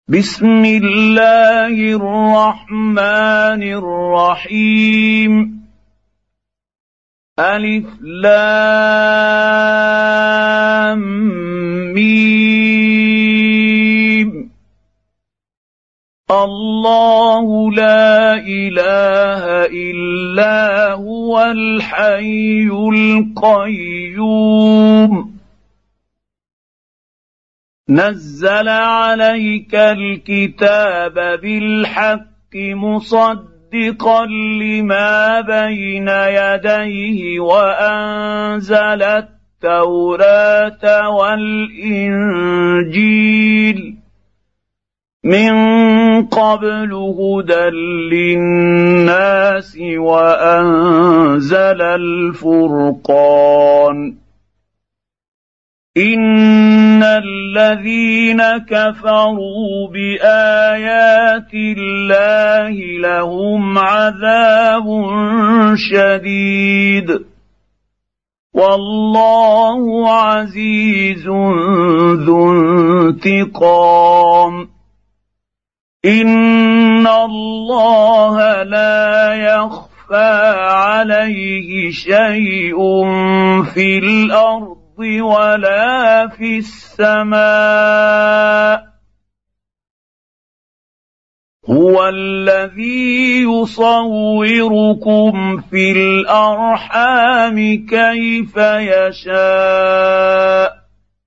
بسم الله الرحمن الرحيم ألف لام ميم الله لا إله إلا هو الحي القيوم نزل عليك الكتاب بالحق مصدقا لما بين يديه وأنزل التوراة والإنجيل من قبل هدى للناس وأنزل الفرقان إن الذين كفروا بآيات الله لهم عذاب شديد والله عزيز ذو انتقام إن الله لا يخفى عليه شيء في الأرض ولا في السماء هو الذي يصوركم في الأرحام كيف يشاء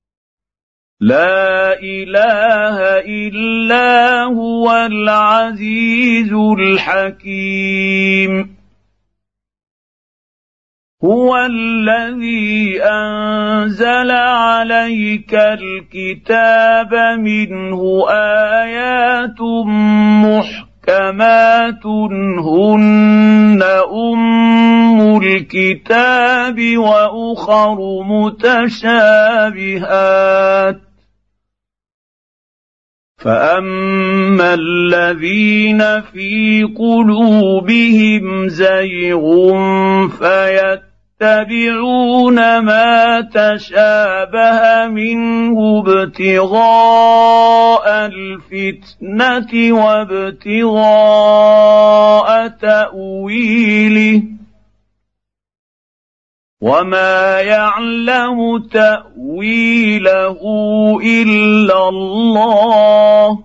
لا إله إلا هو العزيز الحكيم هو الذي أنزل عليك الكتاب منه آيات محكمات هن أم الكتاب وأخر متشابهات فأما الذين في قلوبهم زيغ فيتبعون ما تشابه منه ابتغاء الفتنة وابتغاء تأويله وما يعلم تأويله إلا الله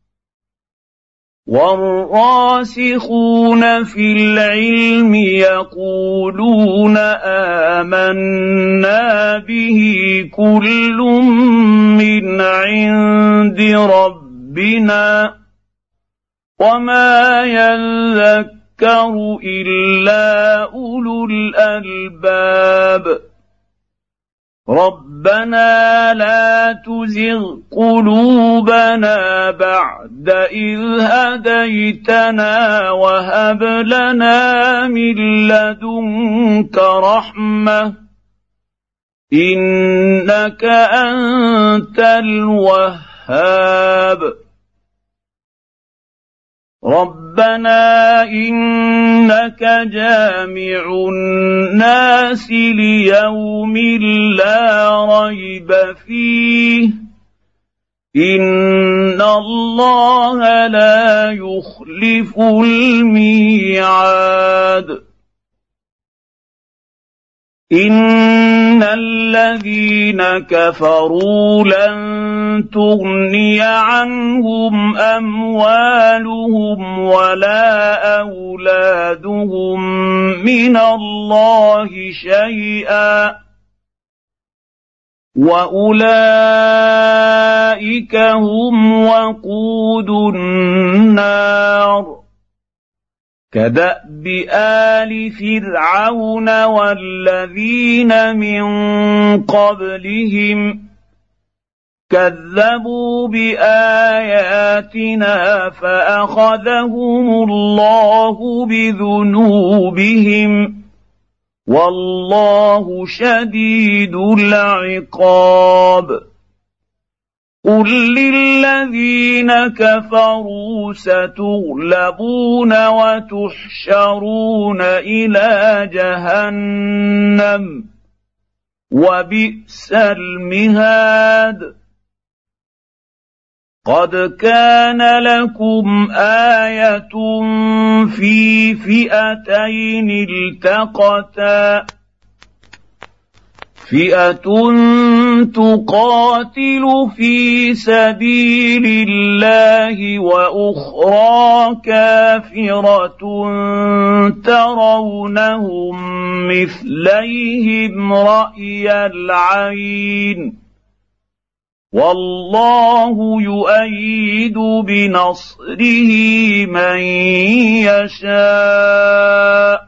والراسخون في العلم يقولون آمنا به كل من عند ربنا وما يذكر إلا أولو الألباب ربنا لا تزغ قلوبنا بعد إذ هديتنا وهب لنا من لدنك رحمة إنك أنت الوهاب ربنا إنك جامع الناس ليوم لا ريب فيه إن الله لا يخلف الميعاد إن الذين كفروا لن تغني عنهم أموالهم ولا أولادهم من الله شيئا وأولئك هم وقود النار كدأب آل فرعون والذين من قبلهم كذبوا بآياتنا فأخذهم الله بذنوبهم والله شديد العقاب قل للذين كفروا ستغلبون وتحشرون إلى جهنم وبئس المهاد قد كان لكم آية في فئتين التقتا فئة تقاتل في سبيل الله وأخرى كافرة ترونهم مثليهم رأي العين والله يؤيد بنصره من يشاء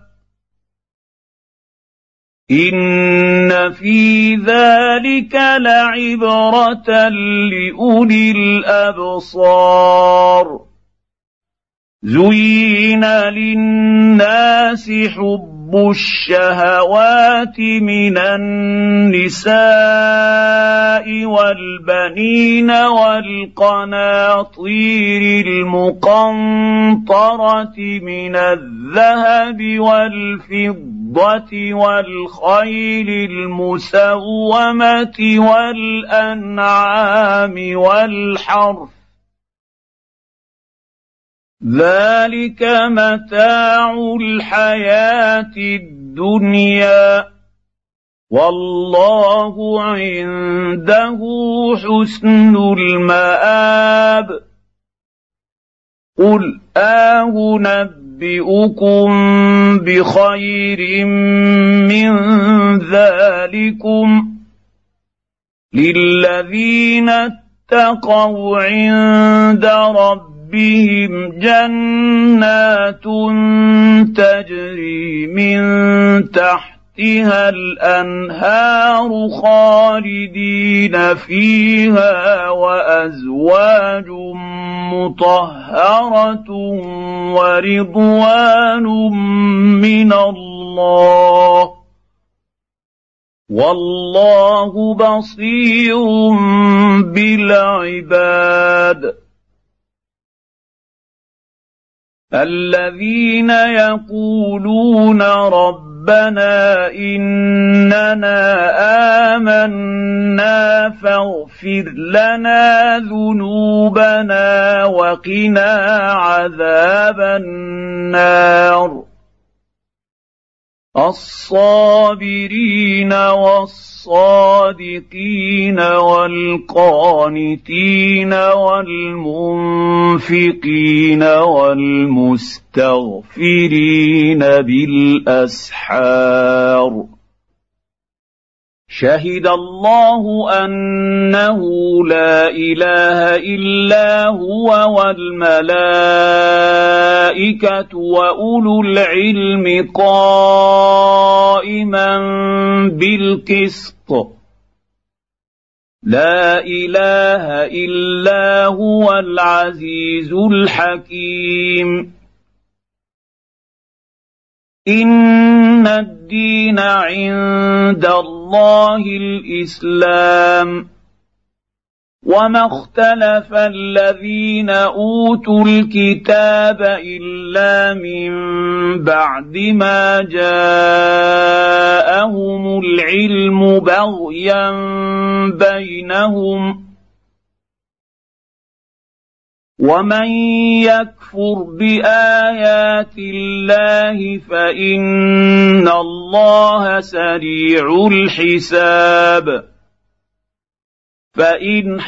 إن في ذلك لعبرة لأولي الأبصار زين للناس حب الشهوات من النساء والبنين والقناطير المقنطرة من الذهب والفضة والخيل المسومة والأنعام والحرث ذلك متاع الحياة الدنيا والله عنده حسن المآب قل أنبئكم بخير من ذلكم للذين اتقوا عند ربهم جنات تجري من تحتها الأنهار خالدين فيها وأزواج مطهرة ورضوان من الله والله بصير بالعباد الذين يقولون ربنا إننا آمنا فاغفر لنا ذنوبنا وقنا عذاب النار الصابرين والصادقين والقانتين والمنفقين والمستغفرين بالأسحار شهد الله أنه لا إله إلا هو والملائكة وأولو العلم قائما بالقسط لا إله إلا هو العزيز الحكيم إن الدين عند الله الإسلام وما اختلف الذين أوتوا الكتاب إلا من بعد ما جاءهم العلم بغيا بينهم ومن يكفر بآيات الله فإن الله سريع الحساب فإن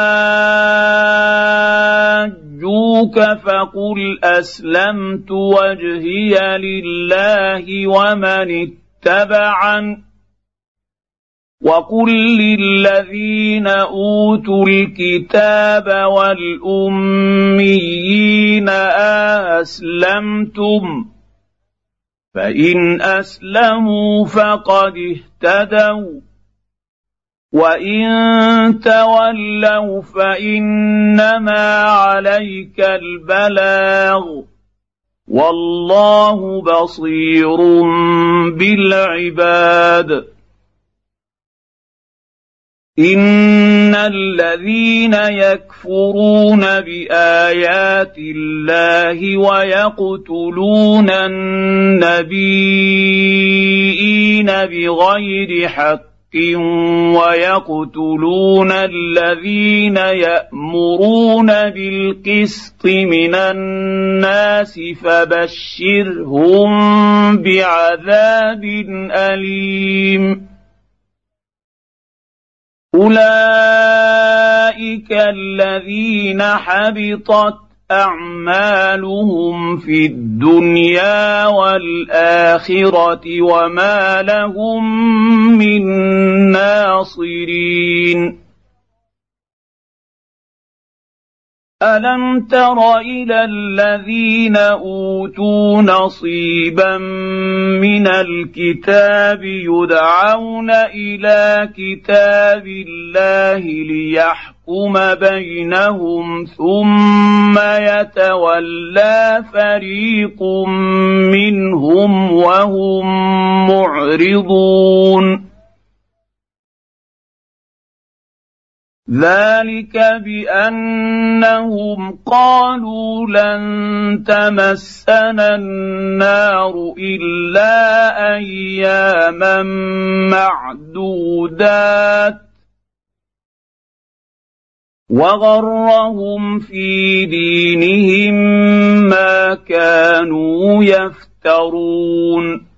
حاجوك فقل أسلمت وجهي لله ومن اتبعني وقل للذين أوتوا الكتاب والأميين أسلمتم فإن أسلموا فقد اهتدوا وإن تولوا فإنما عليك البلاغ والله بصير بالعباد إن الذين يكفرون بآيات الله ويقتلون النبيين بغير حق ويقتلون الذين يأمرون بالقسط من الناس فبشرهم بعذاب أليم. أولئك الذين حبطت أعمالهم في الدنيا والآخرة وما لهم من ناصرين. ألم تر إلى الذين أوتوا نصيبا من الكتاب يدعون إلى كتاب الله ليحكم بينهم ثم يتولى فريق منهم وهم معرضون. ذلك بأنهم قالوا لن تمسنا النار إلا أياما معدودات وغرهم في دينهم ما كانوا يفترون.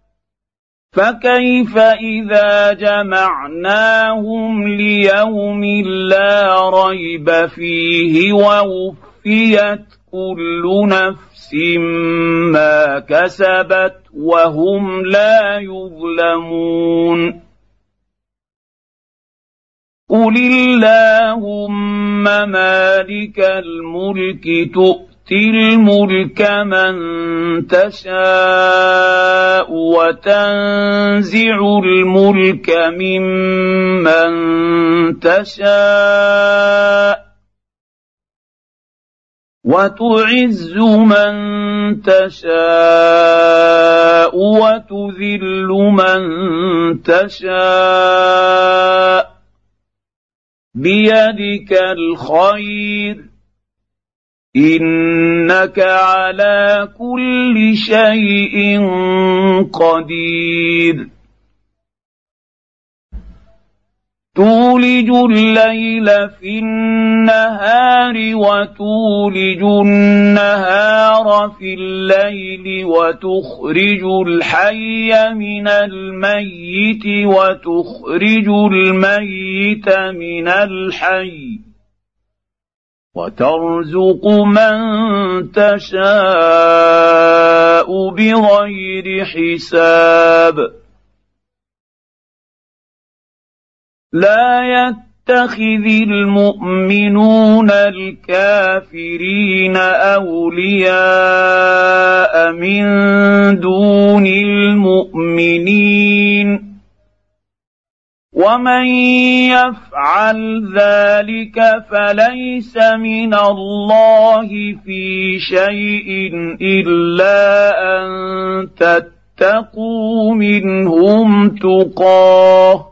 فكيف إذا جمعناهم ليوم لا ريب فيه ووفيت كل نفس ما كسبت وهم لا يظلمون. قل اللهم مالك الملك تؤتي الملك من تشاء وتنزع الملك ممن تشاء وتعز من تشاء وتذل من تشاء بيدك الخير إنك على كل شيء قدير. تولج الليل في النهار وتولج النهار في الليل وتخرج الحي من الميت وتخرج الميت من الحي وترزق من تشاء بغير حساب. لا يتخذ المؤمنون الكافرين أولياء من دون المؤمنين ومن يفعل ذلك فليس من الله في شيء إلا أن تتقوا منهم تقاه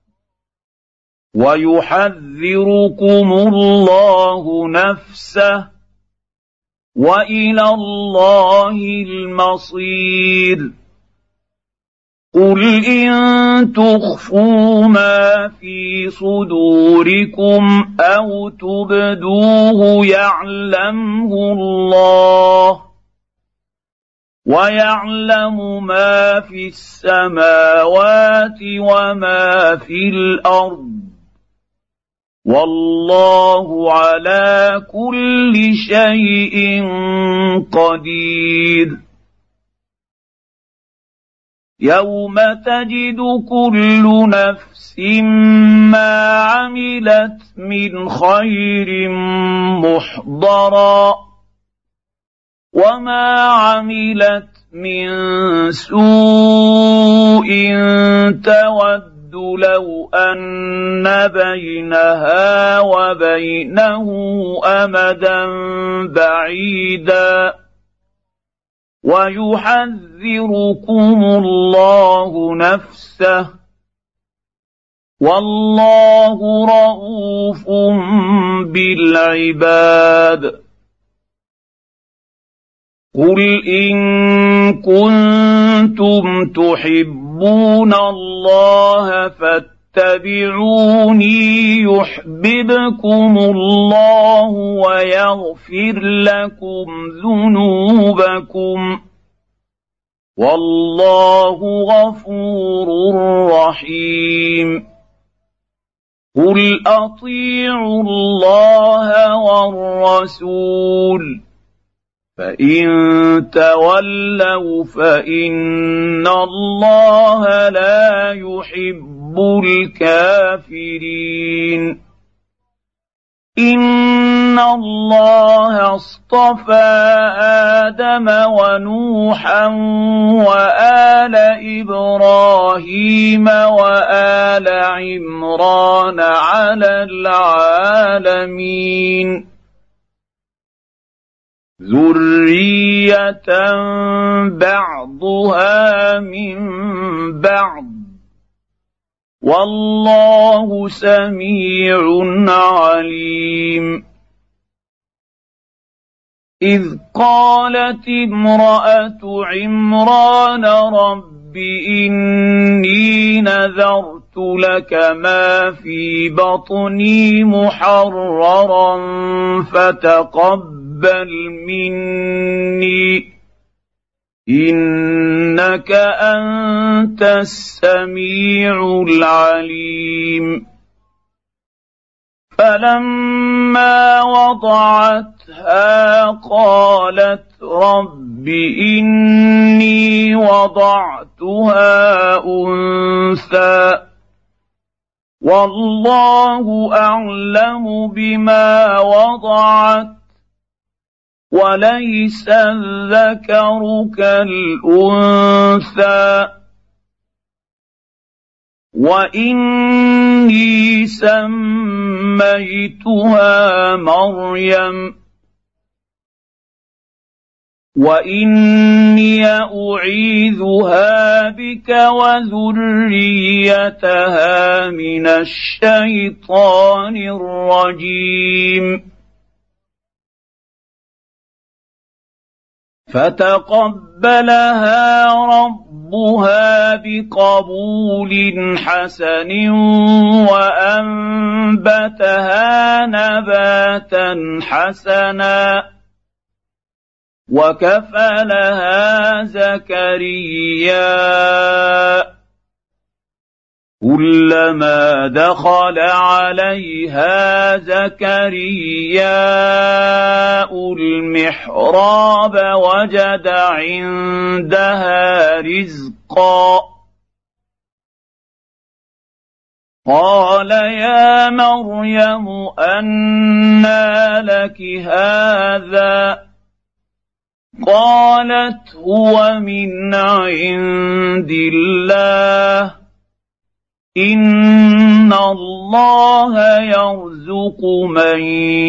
ويحذركم الله نفسه وإلى الله المصير. قل إن تخفوا ما في صدوركم أو تبدوه يعلمه الله ويعلم ما في السماوات وما في الأرض والله على كل شيء قدير. يوم تجد كل نفس ما عملت من خير محضرا وما عملت من سوء تود لو أن بينها وبينه أمدا بعيدا ويحذركم الله نفسه والله رءوف بالعباد. قل إن كنتم تحبون الله فاتبعوني يحببكم الله ويغفر لكم ذنوبكم والله غفور رحيم قل اطيعوا الله والرسول فان تولوا فان الله لا يحب الكافرين ان الله اصطفى ادم ونوحا وال ابراهيم وال عمران على العالمين ذريه بعضها من بعض والله سميع عليم اذ قالت امراه عمران رب اني نذرت لك ما في بطني محررا فتقبل مني انك انت السميع العليم فلما وضعتها قالت رب اني وضعتها انثى والله اعلم بما وضعت وليس الذكر كالانثى واني سميتها مريم واني اعيذها بك وذريتها من الشيطان الرجيم فتقبلها ربها بقبول حسن وانبتها نباتا حسنا وكفلها زكريا كلما دخل عليها زكرياء المحراب وجد عندها رزقا قال يا مريم أنى لك هذا قالت هو من عند الله ان الله يرزق من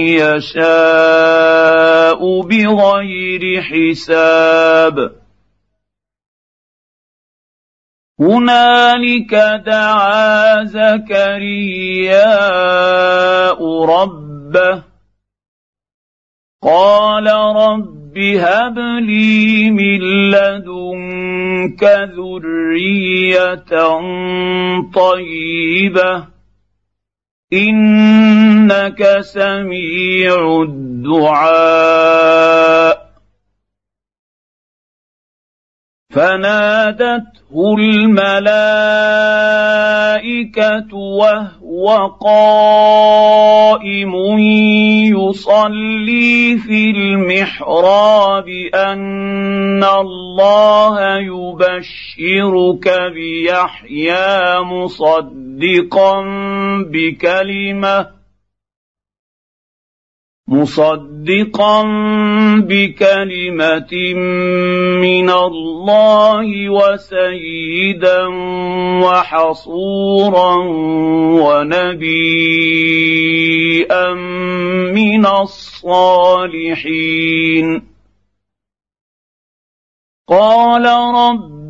يشاء بغير حساب هنالك دعا زكرياء ربه قال رب هب لي من لدنك ذرية طيبة إنك سميع الدعاء فنادته الملائكة وهو قائم يصلي في المحراب أن الله يبشرك بيحيى مصدقا بكلمة من الله وسيدا وحصورا ونبيا من الصالحين قال رب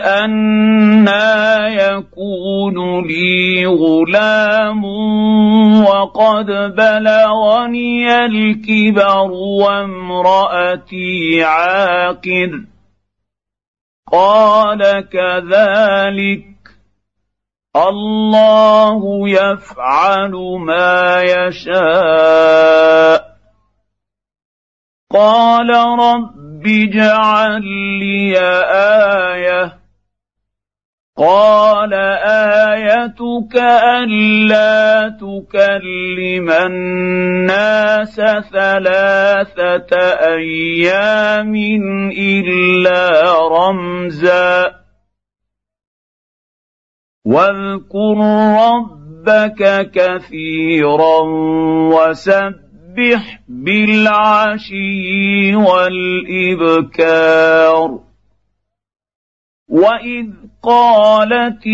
أنى يكون لي غلام وقد بلغني الكبر وامرأتي عاقر قال كذلك الله يفعل ما يشاء. قال رب اجعل لي آية. قال آيتك ألا تكلم الناس 3 أيام إلا رمزا واذكر ربك كثيرا وسبح بالعشي والإبكار. وإذ قالت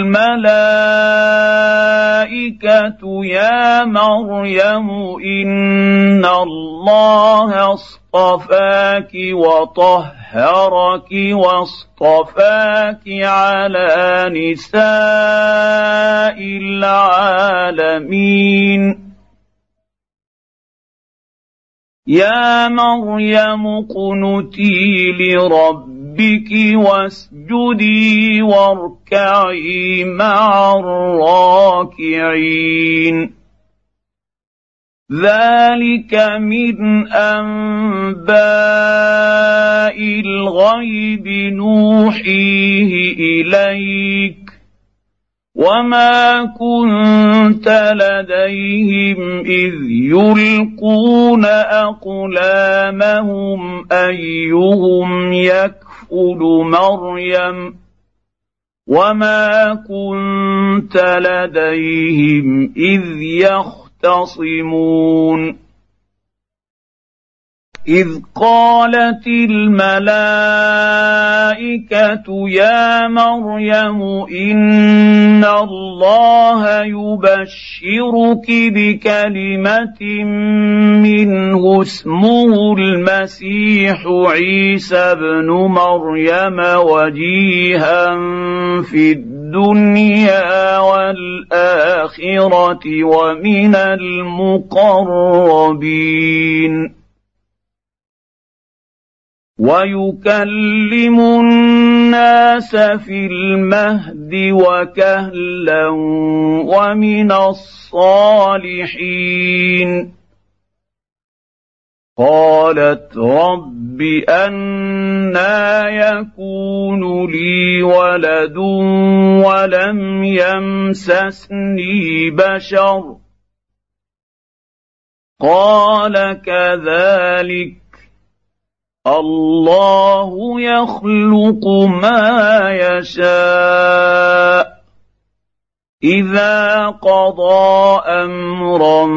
الملائكة يا مريم إن الله اصطفاك وطهرك واصطفاك على نساء العالمين. يا مريم اقنتي لربك واسجدي واركعي مع الراكعين. ذلك من أنباء الغيب نوحيه إليك وما كنت لديهم إذ يلقون أقلامهم أيهم يكفل مريم وما كنت لديهم إذ يختصمون. إذ قالت الملائكة يا مريم إن الله يبشرك بكلمة منه اسمه المسيح عيسى ابن مريم وجيها في الدنيا والآخرة ومن المقربين ويكلم الناس في المهد وكهلا ومن الصالحين. قالت رب أنى يكون لي ولد ولم يمسسني بشر قال كذلك الله يخلق ما يشاء إذا قضى أمرا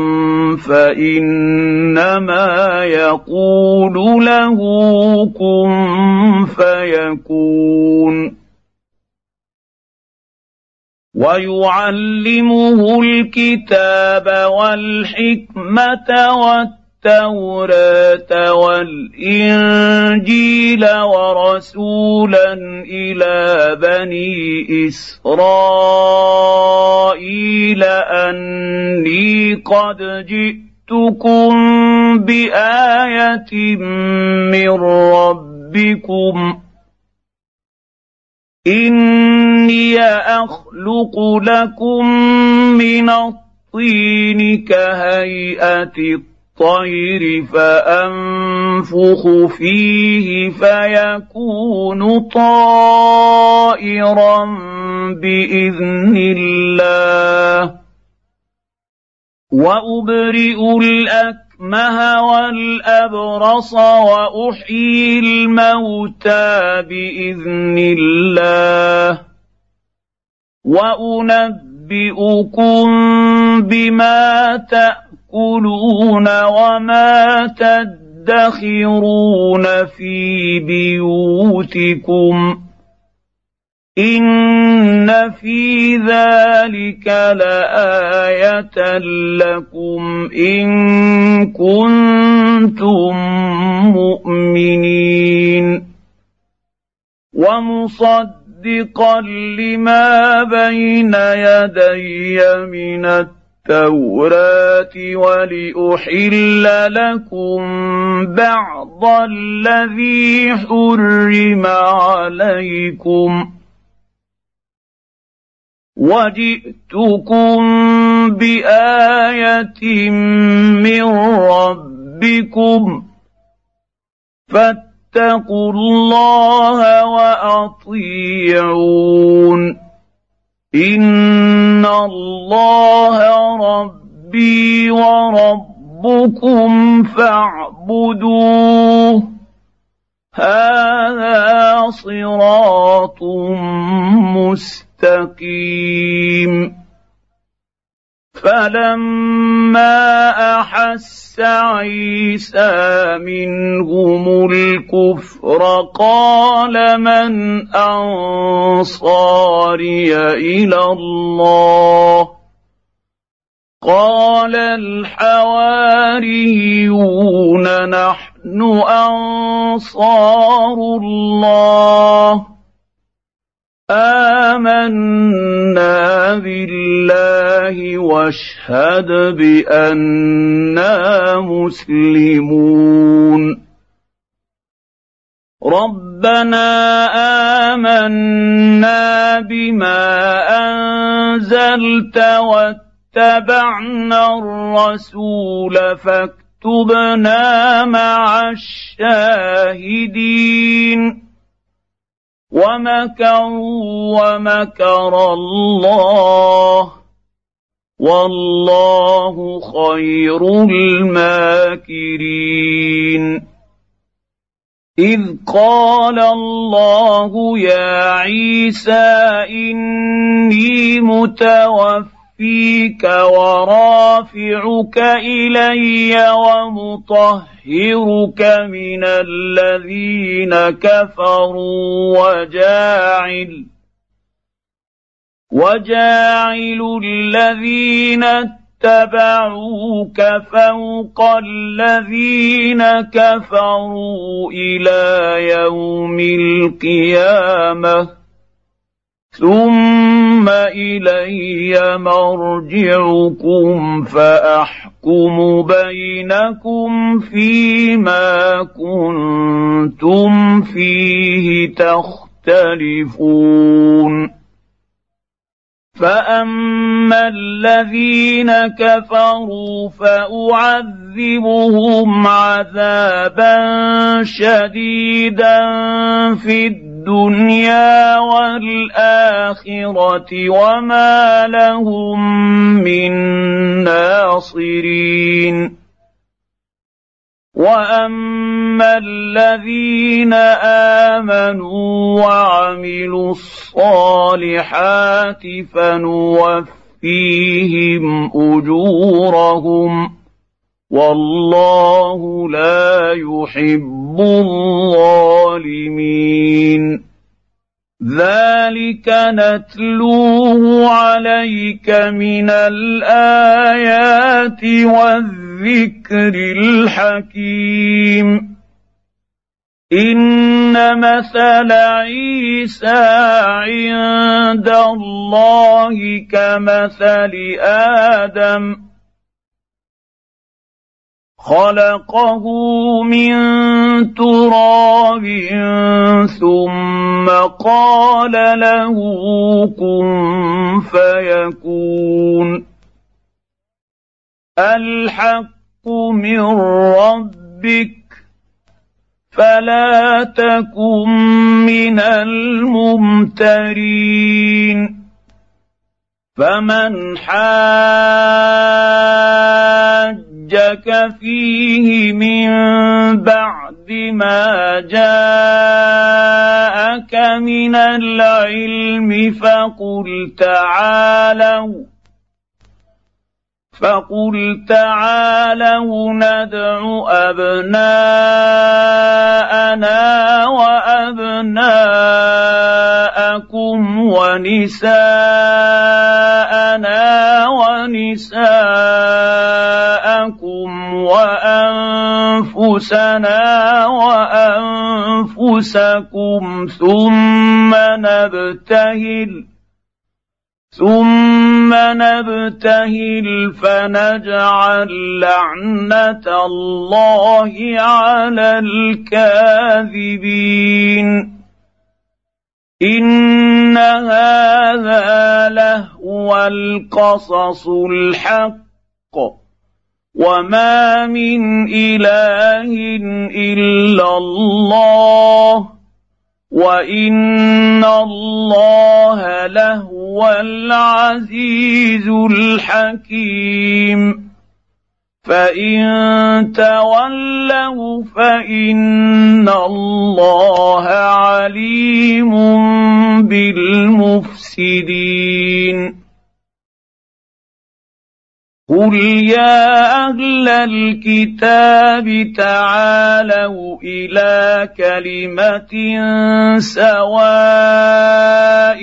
فإنما يقول له كن فيكون. ويعلمه الكتاب والحكمة التوراة والإنجيل ورسولا إلى بني إسرائيل أني قد جئتكم بآية من ربكم إني أخلق لكم من الطين كهيئة الطير فأنفخ فيه فيكون طائرا بإذن الله وأبرئ الأكمه والأبرص وأحيي الموتى بإذن الله وأنبئكم بما تأكلون وما تدخرون في بيوتكم إن في ذلك لآية لكم إن كنتم مؤمنين ومصدقا لما بين يدي من التوراة ولأحل لكم بعض الذي حرم عليكم وجئتكم بآية من ربكم فاتقوا الله وأطيعون إن الله ربي وربكم فاعبدوه هذا صراط مستقيم فلما أحس عيسى منهم الكفر قال من أنصاري إلى الله قال الحواريون نحن أنصار الله آمنا بالله واشهد بأننا مسلمون ربنا آمنا بما أنزلت واتبعنا الرسول فاكتبنا مع الشاهدين ومكروا ومكر الله والله خير الماكرين إذ قال الله يا عيسى إني متوفيك ورافعك إلي ومطهرك من الذين كفروا وجاعل الذين اتبعوك فوق الذين كفروا إلى يوم القيامة ثم إلي مرجعكم فأحكم بينكم فيما كنتم فيه تختلفون فأما الذين كفروا فأعذبهم عذابا شديدا في الدنيا والآخرة وما لهم من ناصرين وأما الذين آمنوا وعملوا الصالحات فنوفيهم أجورهم والله لا يحب الظالمين ذلك نتلوه عليك من الآيات والذكر الحكيم إن مثل عيسى عند الله كمثل آدم خلقه من تراب ثم قال له كن فيكون الحق من ربك فلا تكن من الممترين فمن حاجك فيه من بعد ما جاءك من العلم فقل تعالوا ندع أبناءنا وأبناءكم ونساءنا ونساءكم وأنفسنا وأنفسكم ثم نبتهل فنجعل لعنة الله على الكاذبين إن هذا لهو القصص الحق وما من إله إلا الله وإن الله لهو العزيز الحكيم فإن تولوا فإن الله عليم بالمفسدين قل يا أهل الكتاب تعالوا إلى كلمة سواء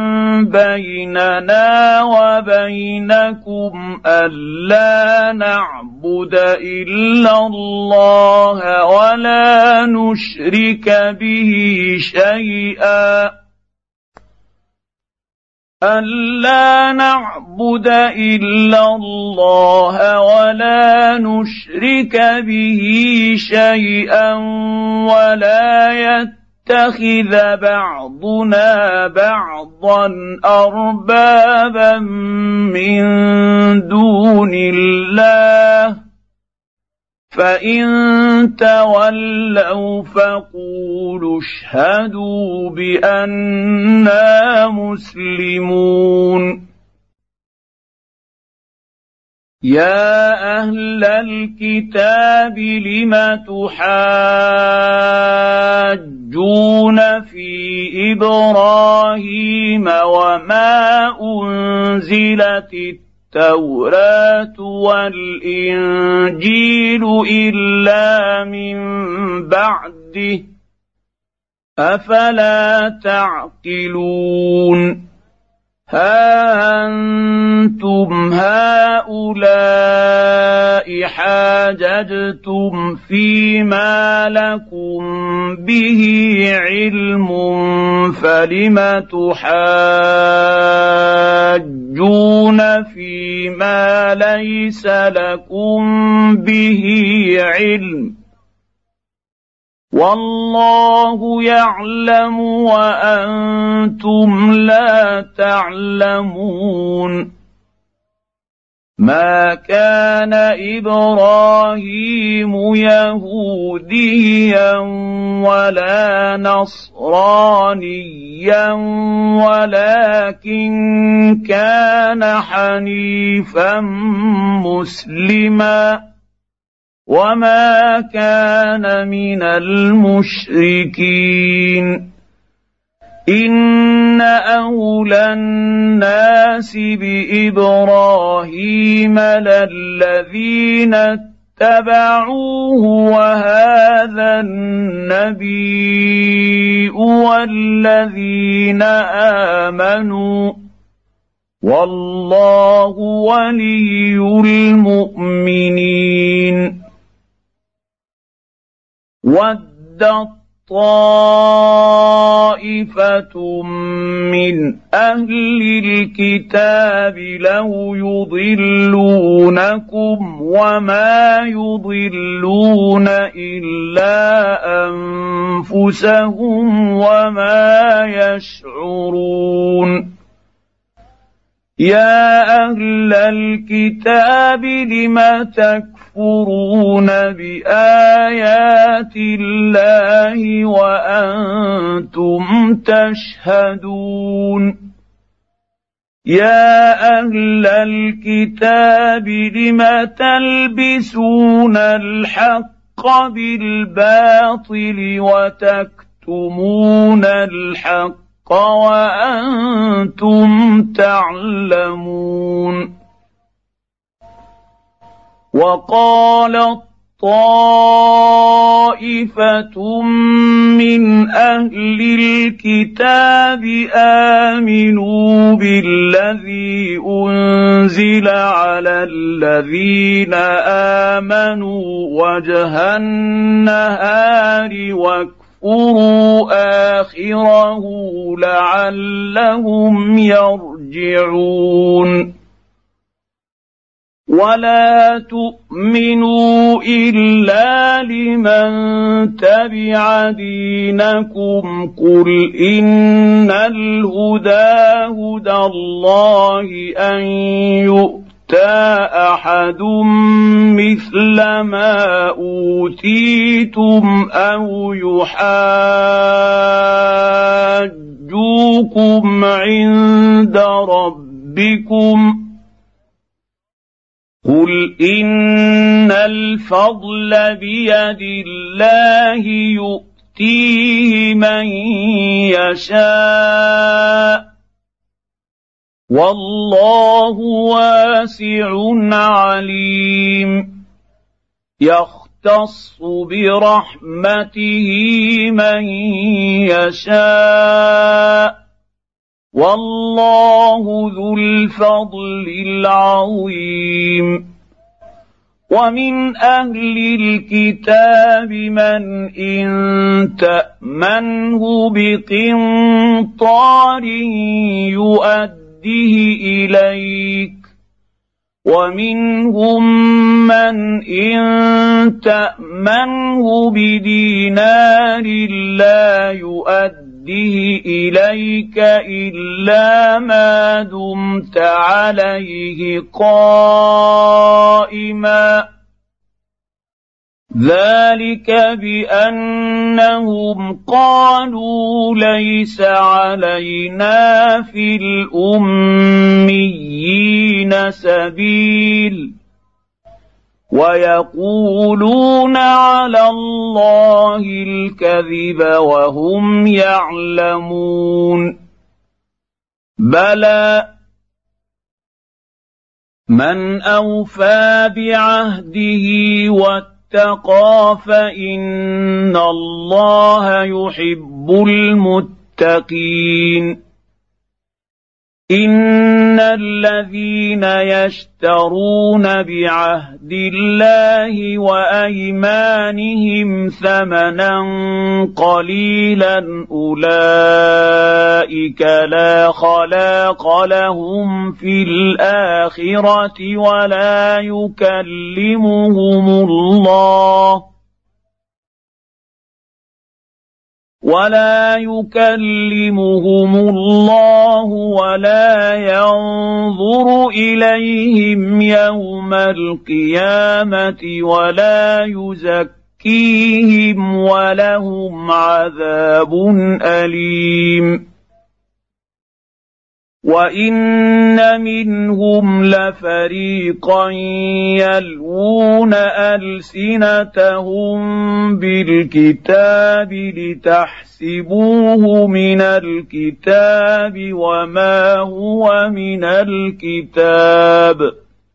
بيننا وبينكم ألا نعبد إلا الله ولا نشرك به شيئا ألا نعبد إلا الله ولا نشرك به شيئا ولا يتخذ بعضنا بعضا أربابا من دون الله فإن تولوا فقولوا اشهدوا بأننا مسلمون يا أهل الكتاب لم تحاجون في إبراهيم وما أنزلت التوراة والإنجيل إلا من بعده أفلا تعقلون ها أنتم هؤلاء حاججتم فيما لكم به علم فلم تحاجون فيما ليس لكم به علم والله يعلم وأنتم لا تعلمون ما كان إبراهيم يهوديا ولا نصرانيا ولكن كان حنيفا مسلما وما كان من المشركين إن أولى الناس بإبراهيم للذين اتبعوه وهذا النبي والذين آمنوا والله ولي المؤمنين ودت طائفة من أهل الكتاب لو يضلونكم وما يضلون إلا أنفسهم وما يشعرون يا أهل الكتاب لم تكفرون بآيات الله وأنتم تشهدون يا أهل الكتاب لم تلبسون الحق بالباطل وتكتمون الحق وأنتم تعلمون وقالت طائفة من أهل الكتاب آمنوا بالذي أنزل على الذين آمنوا وجه النهار واكفروا آخره لعلهم يرجعون ولا تؤمنوا إلا لمن تبع دينكم قل إن الهدى هدى الله أن يؤتى أحد مثل ما أوتيتم أو يحاجوكم عند ربكم قل إن الفضل بيد الله يؤتيه من يشاء والله واسع عليم يختص برحمته من يشاء والله ذو الفضل العظيم ومن أهل الكتاب من إن تأمنه بقنطار يؤده إليك ومنهم من إن تأمنه بدينار لا يؤده إليك إلا ما دمت عليه قائما ذلك بأنهم قالوا ليس علينا في الأميين سبيل ويقولون على الله الكذب وهم يعلمون بلى من أوفى بعهده واتقى فإن الله يحب المتقين إن الذين يشترون بعهد الله وأيمانهم ثمنا قليلا أولئك لا خلاق لهم في الآخرة ولا يكلمهم الله ولا ينظر إليهم يوم القيامة ولا يزكيهم ولهم عذاب أليم وإن منهم لفريقا يلوون ألسنتهم بالكتاب لتحسبوه من الكتاب وما هو من الكتاب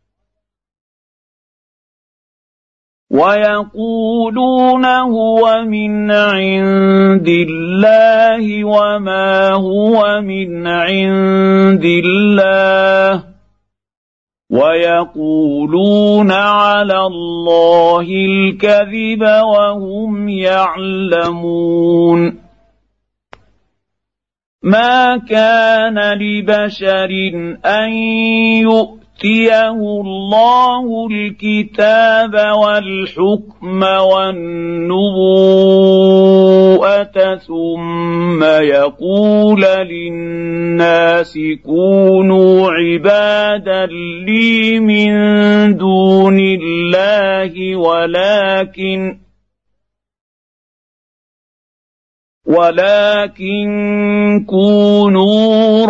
ويقولون هو من عند الله وما هو من عند الله ويقولون على الله الكذب وهم يعلمون ما كان لبشر أن يؤتيه الله الكتاب والحكم والنبوءة ثم يقول للناس كونوا عبادا لي من دون الله ولكن كونوا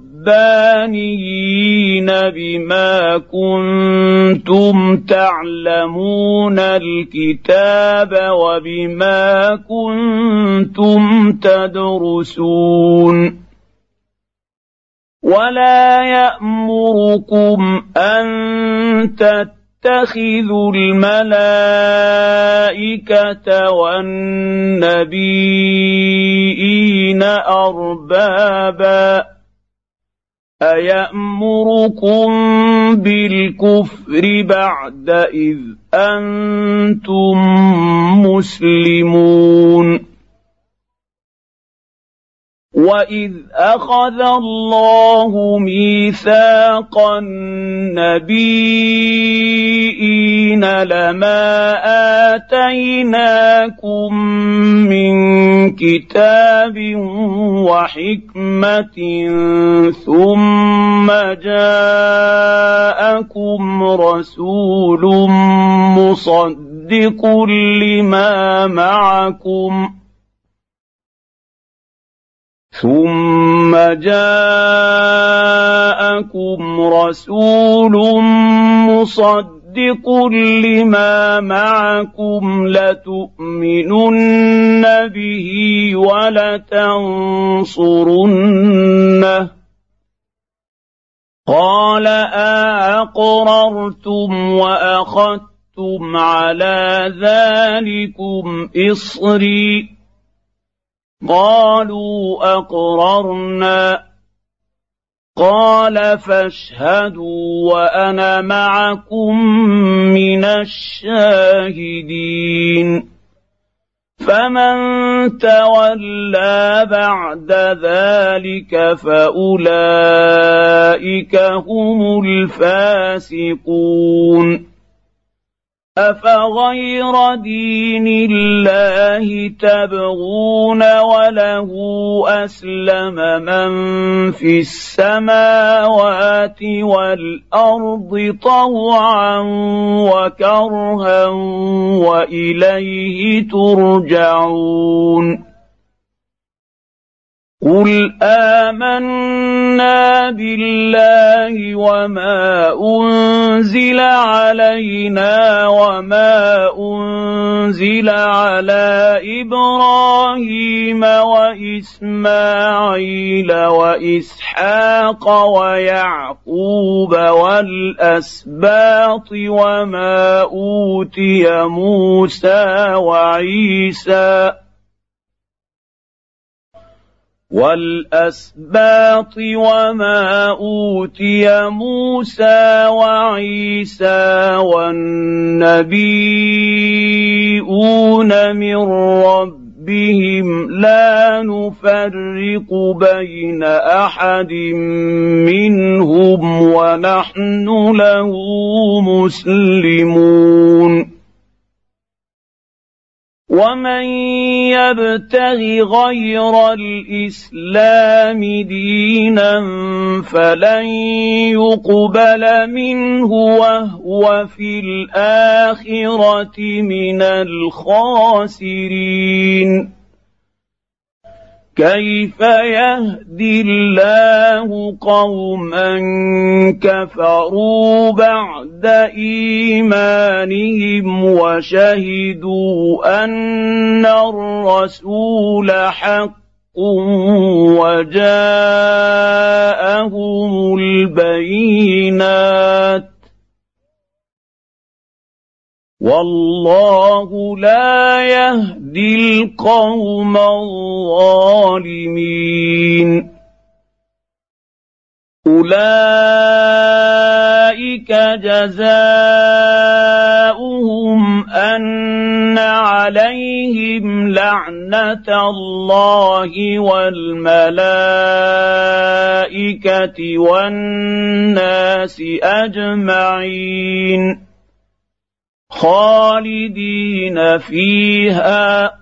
ربانيين بما كنتم تعلمون الكتاب وبما كنتم تدرسون ولا يأمركم أن تتخذوا الملائكة والنبيين أربابا أيأمركم بالكفر بعد إذ أنتم مسلمون وإذ أخذ الله ميثاق النبيين لما آتيناكم من كتاب وحكمة ثم جاءكم رسول مصدق لما معكم لتؤمنن به ولتنصرنه قال أأقررتم وأخذتم على ذلكم إصري قالوا أقررنا قال فاشهدوا وأنا معكم من الشاهدين فمن تولى بعد ذلك فأولئك هم الفاسقون أفغير دين الله تبغون وله أسلم من في السماوات والأرض طوعا وكرها وإليه ترجعون قل آمنا بالله وما أنزل علينا وما أنزل على إبراهيم وإسماعيل وإسحاق ويعقوب والأسباط وما أوتي موسى وعيسى والنبيون من ربهم لا نفرق بين أحد منهم ونحن له مسلمون ومن يبتغ غير الإسلام دينا فلن يقبل منه وهو في الآخرة من الخاسرين كيف يهدي الله قوما كفروا بعد إيمانهم وشهدوا أن الرسول حق وجاءهم البينات والله لا يهدي القوم الظالمين أولئك جزاؤهم أن عليهم لعنة الله والملائكة والناس أجمعين خالدين فيها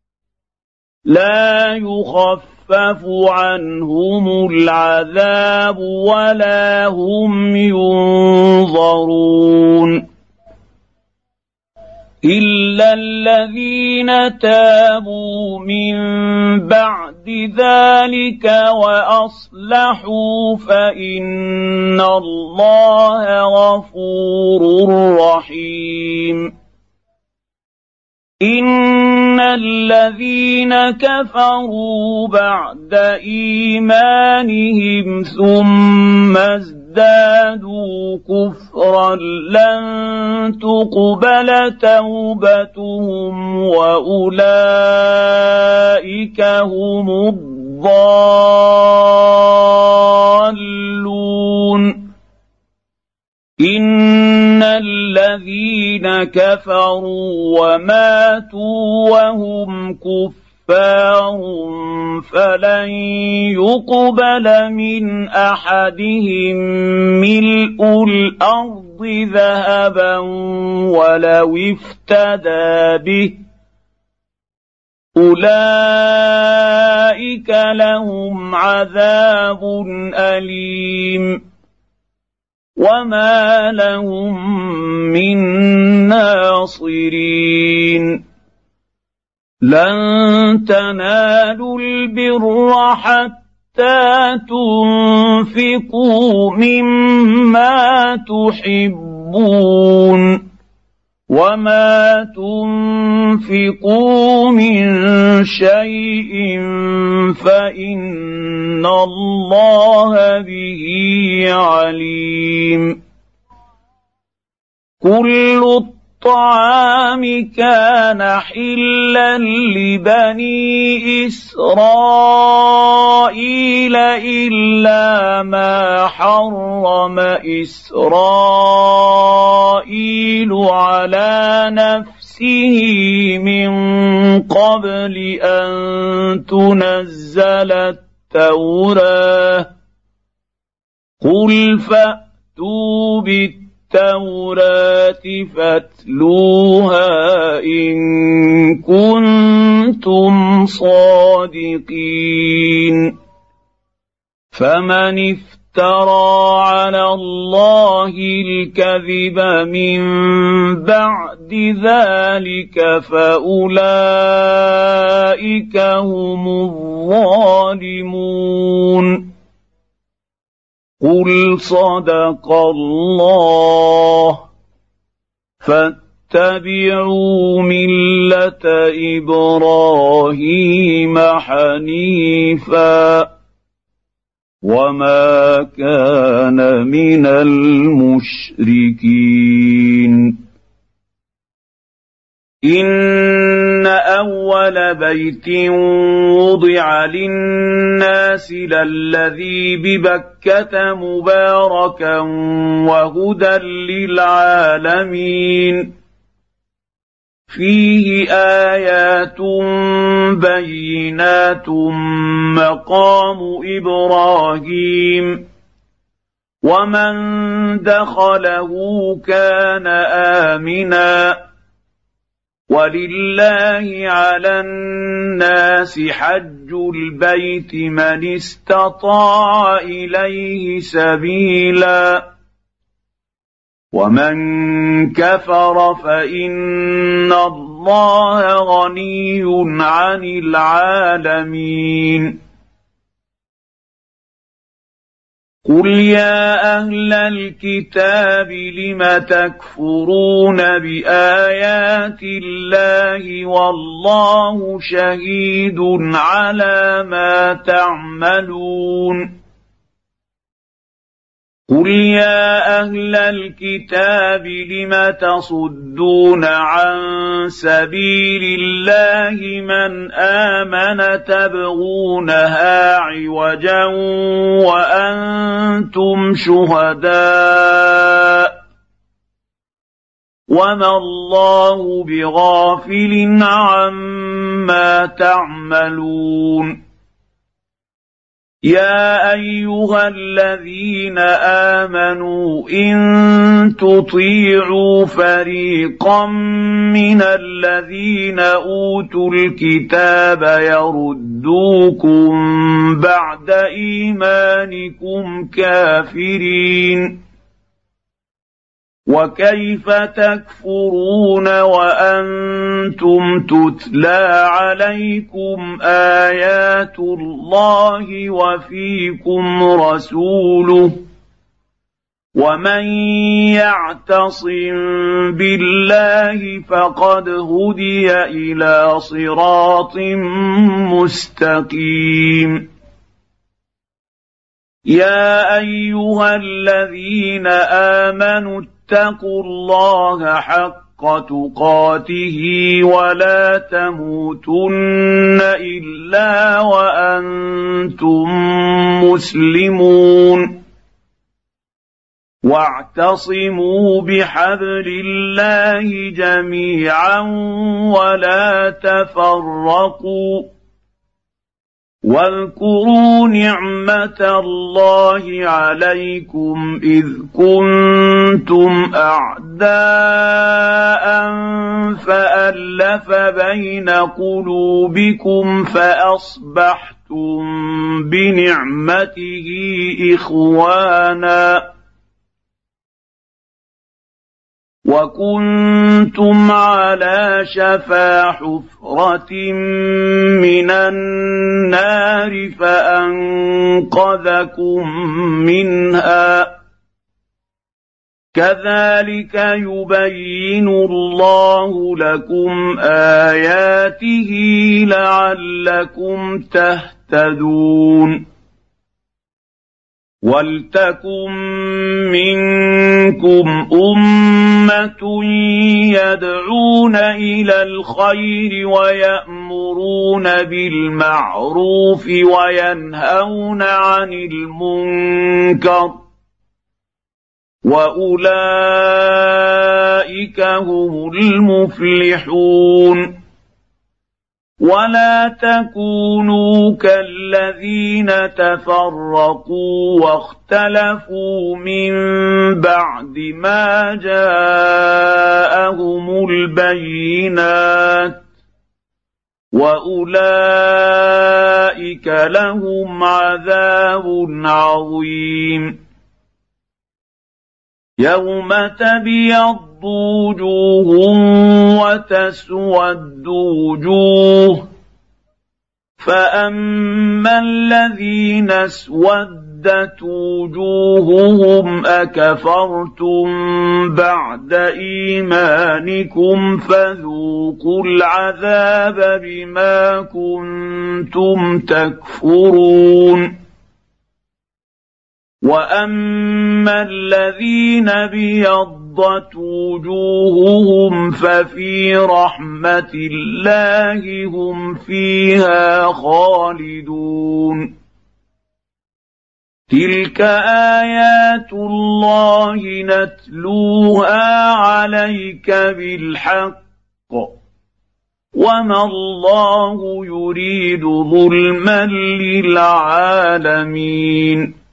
لا يخفف عنهم العذاب ولا هم ينظرون إلا الذين تابوا من بعد ذلك وأصلحوا فإن الله غفور رحيم إن الذين كفروا بعد إيمانهم ثم ازدادوا كفرا لن تقبل توبتهم وأولئك هم الضالون إن الذين كفروا وماتوا وهم كفار كفار فلن يقبل من أحدهم ملء الأرض ذهبا ولو افتدى به أولئك لهم عذاب أليم وما لهم من ناصرين لن تنالوا البر حتى تنفقوا مما تحبون وما تنفقوا من شيء فإن الله به عليم كل الطعام كان حلا لبني إسرائيل إلا ما حرم إسرائيل على نفسه من قبل أن تنزل التوراة قل فأتوا بالتوراة فاتلوها إن كنتم صادقين فمن افترى على الله الكذب من بعد ذلك فأولئك هم الظالمون قل صدق الله فاتبعوا ملة إبراهيم حنيفا وما كان من المشركين إن أول بيت وضع للناس للذي ببكة مباركا وهدى للعالمين فيه آيات بينات مقام إبراهيم ومن دخله كان آمنا ولله على الناس حج البيت من استطاع إليه سبيلا ومن كفر فإن الله غني عن العالمين قل يا أهل الكتاب لم تكفرون بآيات الله والله شهيد على ما تعملون قل يا أهل الكتاب لم تصدون عن سبيل الله من آمن تبغونها عوجا وأنتم شهداء وما الله بغافل عما تعملون يا أيها الذين آمنوا إن تطيعوا فريقا من الذين أوتوا الكتاب يردوكم بعد إيمانكم كافرين وكيف تكفرون وأنتم تتلى عليكم آيات الله وفيكم رسوله ومن يعتصم بالله فقد هدي إلى صراط مستقيم يا أيها الذين آمنوا اتقوا الله حق تقاته ولا تموتن إلا وأنتم مسلمون واعتصموا بحبل الله جميعا ولا تفرقوا واذكروا نعمة الله عليكم إذ كنتم أعداء فألف بين قلوبكم فأصبحتم بنعمته إخوانا وكنتم على شفا حفرة من النار فأنقذكم منها كذلك يبين الله لكم آياته لعلكم تهتدون ولتكن منكم أمة يدعون إلى الخير ويأمرون بالمعروف وينهون عن المنكر وأولئك هم المفلحون ولا تكونوا كالذين تفرقوا واختلفوا من بعد ما جاءهم البينات وأولئك لهم عذاب عظيم يوم تبيض وجوه وتسود وجوه فأما الذين اسودت وجوههم أكفرتم بعد إيمانكم فذوقوا العذاب بما كنتم تكفرون وأما الذين ابيضت وجوههم ففي رحمة الله هم فيها خالدون تلك آيات الله نتلوها عليك بالحق وما الله يريد ظلما للعالمين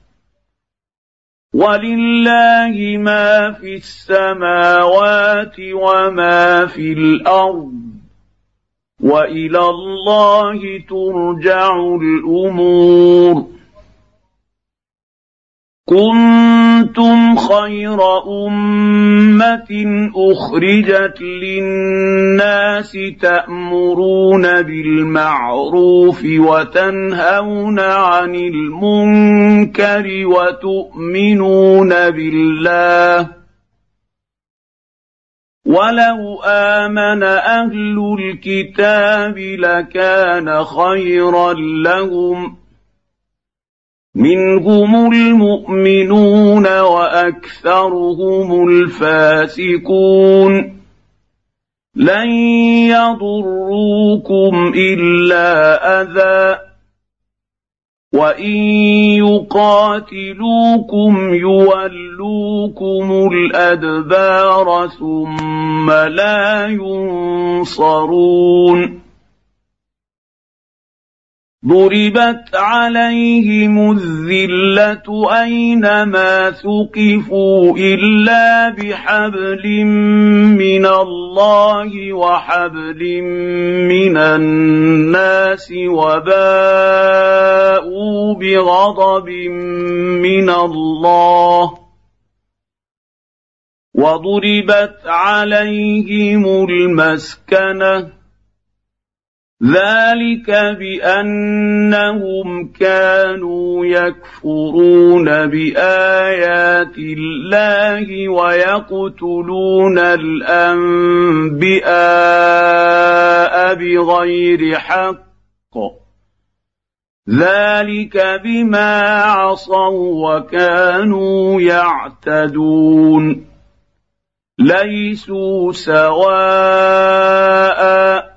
ولله ما في السماوات وما في الأرض وإلى الله ترجع الأمور كنتم خير أمة أخرجت للناس تأمرون بالمعروف وتنهون عن المنكر وتؤمنون بالله ولو آمن أهل الكتاب لكان خيرا لهم منهم المؤمنون وأكثرهم الفاسقون لن يضروكم إلا أذى وإن يقاتلوكم يولوكم الأدبار ثم لا ينصرون ضربت عليهم الذلة أينما ثقفوا إلا بحبل من الله وحبل من الناس وباءوا بغضب من الله وضربت عليهم المسكنة ذلك بأنهم كانوا يكفرون بآيات الله ويقتلون الأنبياء بغير حق ذلك بما عصوا وكانوا يعتدون ليسوا سواء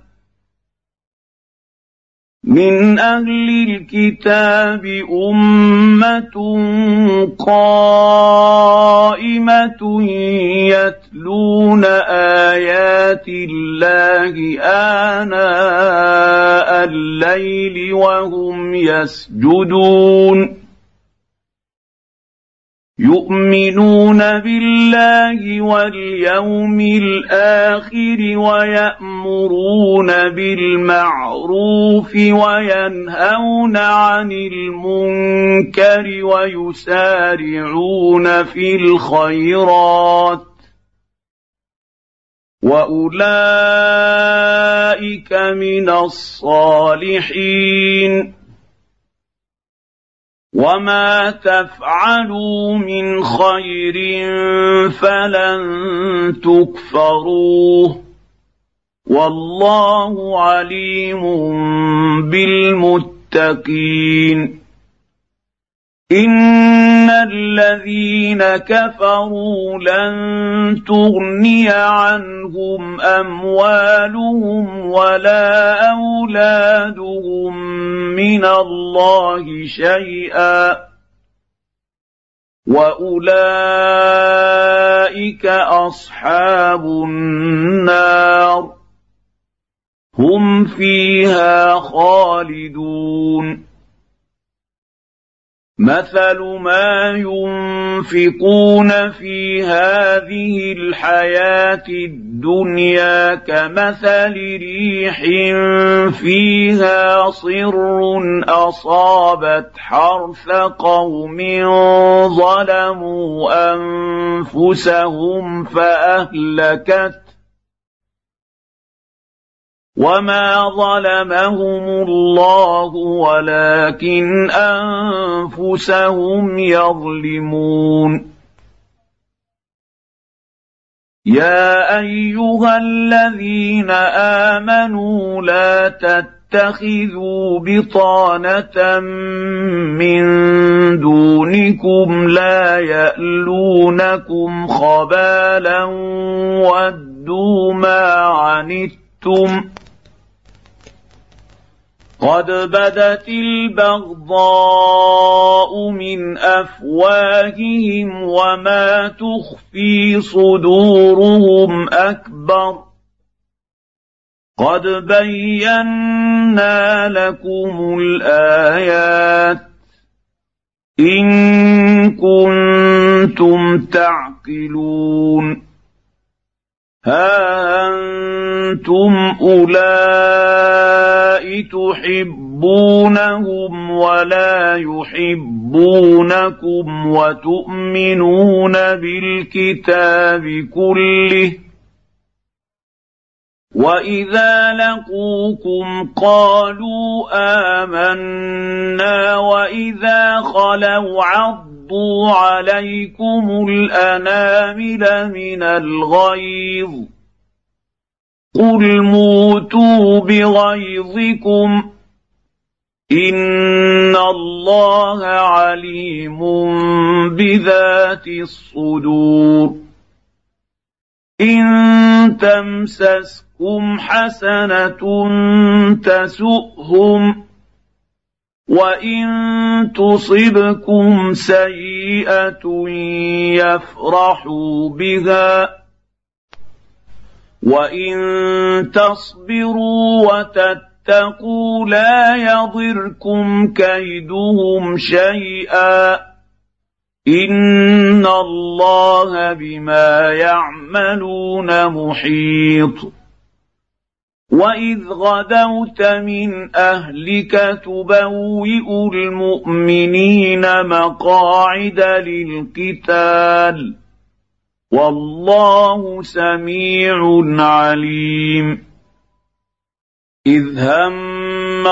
من أهل الكتاب أمة قائمة قائمة يتلون آيات الله آناء الليل وهم يسجدون يؤمنون بالله واليوم الآخر ويأمرون بالمعروف وينهون عن المنكر ويسارعون في الخيرات وأولئك من الصالحين وما تفعلوا من خير فلن تكفروه والله عليم بالمتقين إن الذين كفروا لن تغني عنهم أموالهم ولا أولادهم من الله شيئا وأولئك أصحاب النار هم فيها خالدون مثل ما ينفقون في هذه الحياة الدنيا كمثل ريح فيها صر أصابت حرث قوم ظلموا أنفسهم فأهلكت وما ظلمهم الله ولكن أنفسهم يظلمون يا أيها الذين آمنوا لا تتخذوا بطانة من دونكم لا يألونكم خبالا ودوا ما عنتم قد بدت البغضاء من أفواههم وما تخفي صدورهم أكبر قد بينا لكم الآيات إن كنتم تعقلون ها أنتم أولئك تحبونهم ولا يحبونكم وتؤمنون بالكتاب كله وإذا لقوكم قالوا آمنا وإذا خلوا عضوا عليكم الأنامل من الغيظ قل موتوا بغيظكم إن الله عليم بذات الصدور إن تمسسكم حسنة تسؤهم وإن تصبكم سيئة يفرحوا بها وإن تصبروا وتتقوا لا يضركم كيدهم شيئا إن الله بما يعملون محيط وإذ غدوت من أهلك تبوئ المؤمنين مقاعد للقتال والله سميع عليم إذ هم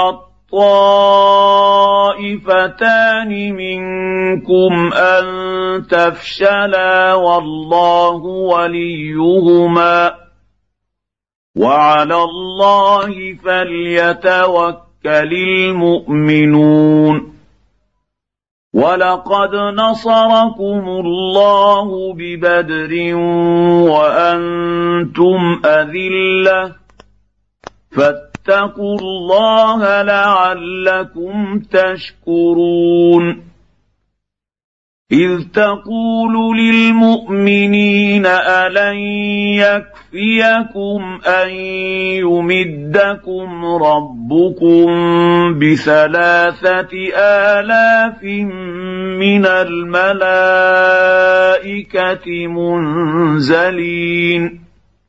الطائفتان منكم أن تفشلا والله وليهما وعلى الله فليتوكل المؤمنون ولقد نصركم الله ببدر وأنتم أذلة فاتقوا الله لعلكم تشكرون إذ تقول للمؤمنين ألن يكفيكم أن يمدكم ربكم ب3,000 من الملائكة منزلين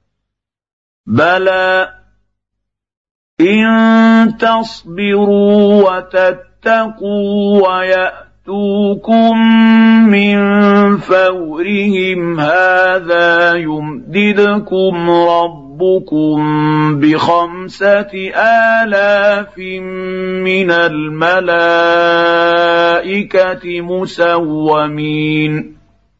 بلى إن تصبروا وتتقوا ويأتوكم من فورهم هذا يمددكم ربكم ب5,000 من الملائكة مسومين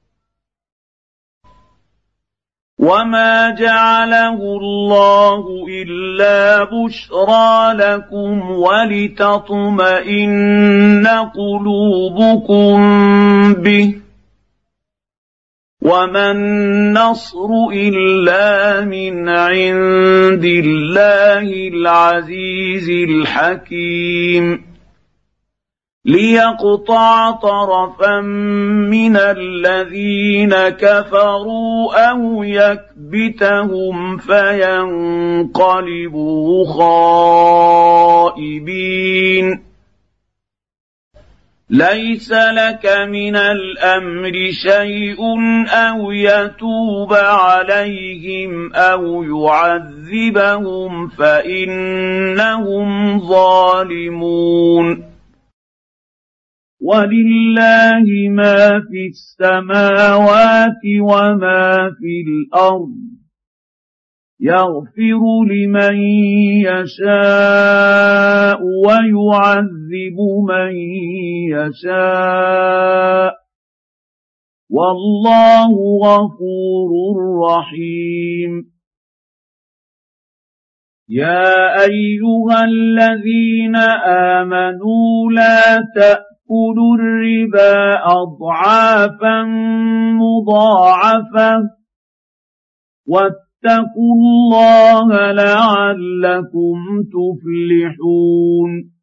وما جعله الله إلا بشرى لكم ولتطمئن قلوبكم به وما النصر إلا من عند الله العزيز الحكيم ليقطع طرفا من الذين كفروا أو يكبتهم فينقلبوا خائبين ليس لك من الأمر شيء أو يتوب عليهم أو يعذبهم فإنهم ظالمون ولله ما في السماوات وما في الأرض يغفر لمن يشاء ويعذب من يشاء والله غفور رحيم يا أيها الذين آمنوا لا تأكلوا الربا أضعافا مضاعفة واتقوا الله لعلكم تفلحون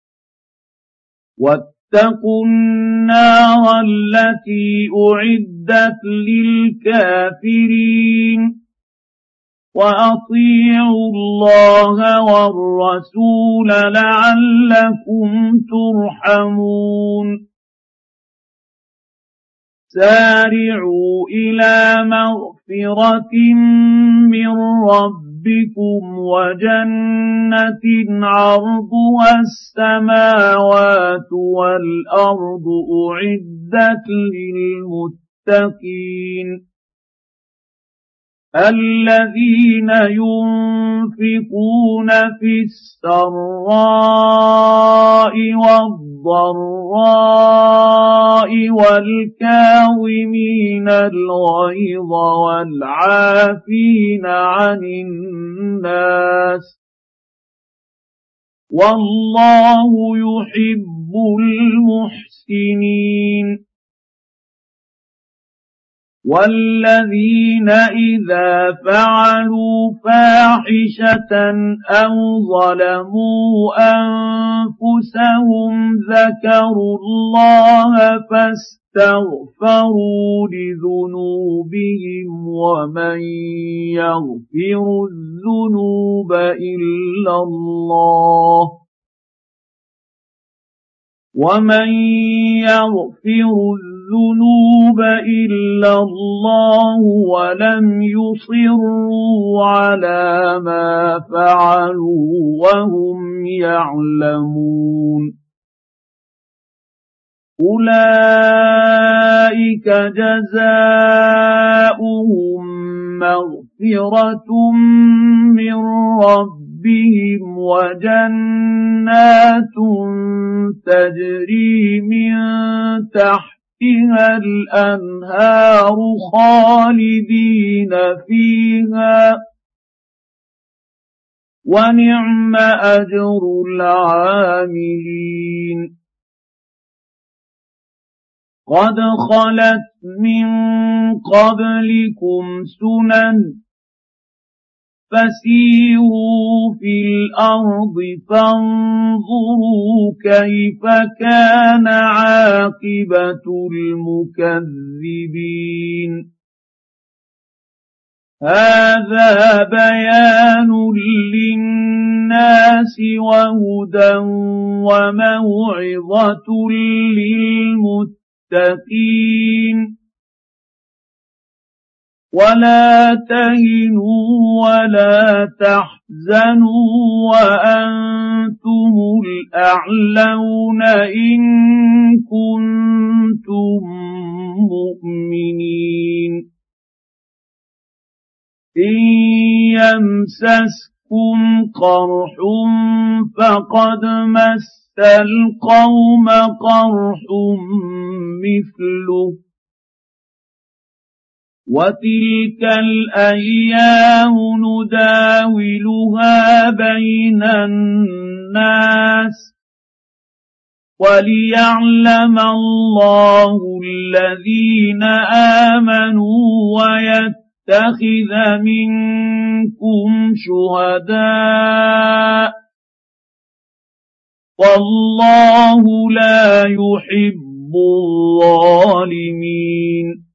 واتقوا النار التي أعدت للكافرين وأطيعوا الله والرسول لعلكم ترحمون سارعوا إلى مغفرة من ربكم وجنة عرضها السماوات والأرض أعدت للمتقين الذين ينفقون في السراء والضراء والكاظمين الغيظ والعافين عن الناس والله يحب المحسنين والذين إذا فعلوا فاحشة أو ظلموا أنفسهم ذكروا الله فاستغفروا لذنوبهم ومن يغفر الذنوب إلا الله ومن يغفر الذنوب إلا الله ولم يصروا على ما فعلوا وهم يعلمون أولئك جزاؤهم مغفرة من ربهم وجنات تجري من تحتها الأنهار خالدين فيها ونعم أجر العاملين قد خلت من قبلكم سنن فسيروا في الأرض فانظروا كيف كان عاقبة المكذبين هذا بيان للناس وهدى وموعظة للمتقين ولا تهنوا ولا تحزنوا وأنتم الأعلون إن كنتم مؤمنين إن يمسسكم قرح فقد مس القوم قرح مثله وتلك الأيام نداولها بين الناس وليعلم الله الذين آمنوا ويتخذ منكم شهداء والله لا يحب الظالمين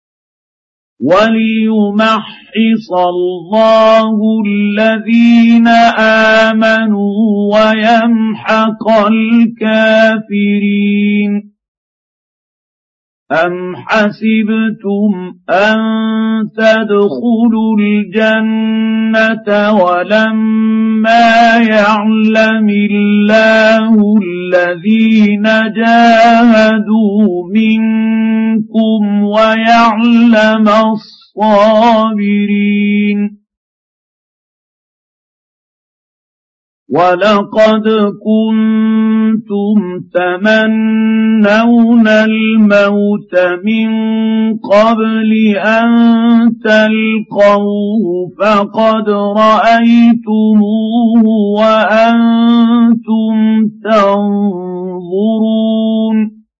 وليمحص الله الذين آمنوا ويمحق الكافرين أم حسبتم أن تدخلوا الجنة ولما يعلم الله الذين جاهدوا منكم ويعلم الصابرين ولقد كنتم تمنون الموت من قبل أن تلقوه فقد رأيتموه وأنتم تنظرون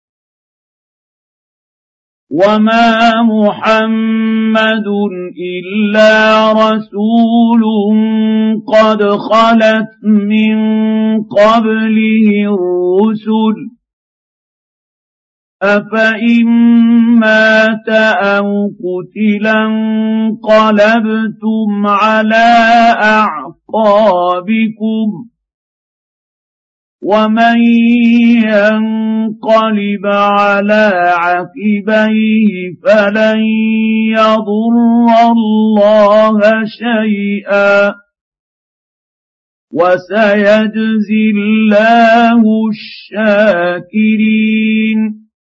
وما محمد إلا رسول قد خلت من قبله الرسل أفإن مات أو قتلا انقلبتم على أعقابكم ومن ينقلب على عقبيه فلن يضر الله شيئا وسيجزي الله الشاكرين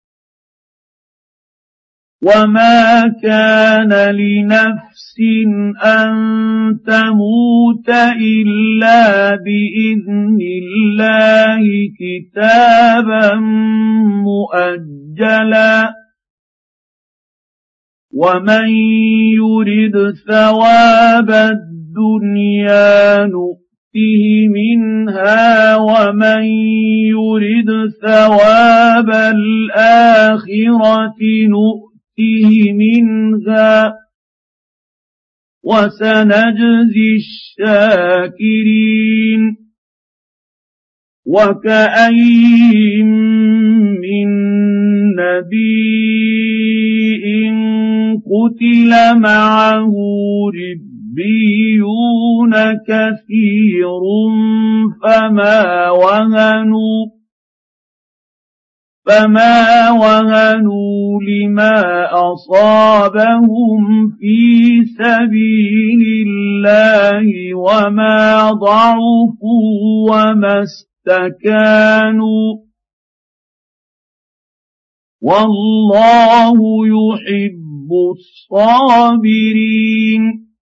وما كان لنفس أن تموت إلا بإذن الله كتابا مؤجلا ومن يرد ثواب الدنيا نؤته منها ومن يرد ثواب الآخرة نؤته منها وسنجزي الشاكرين وكأين من نبي قتل معه ربيون كثير فما وهنوا لما أصابهم في سبيل الله وما ضعفوا وما استكانوا والله يحب الصابرين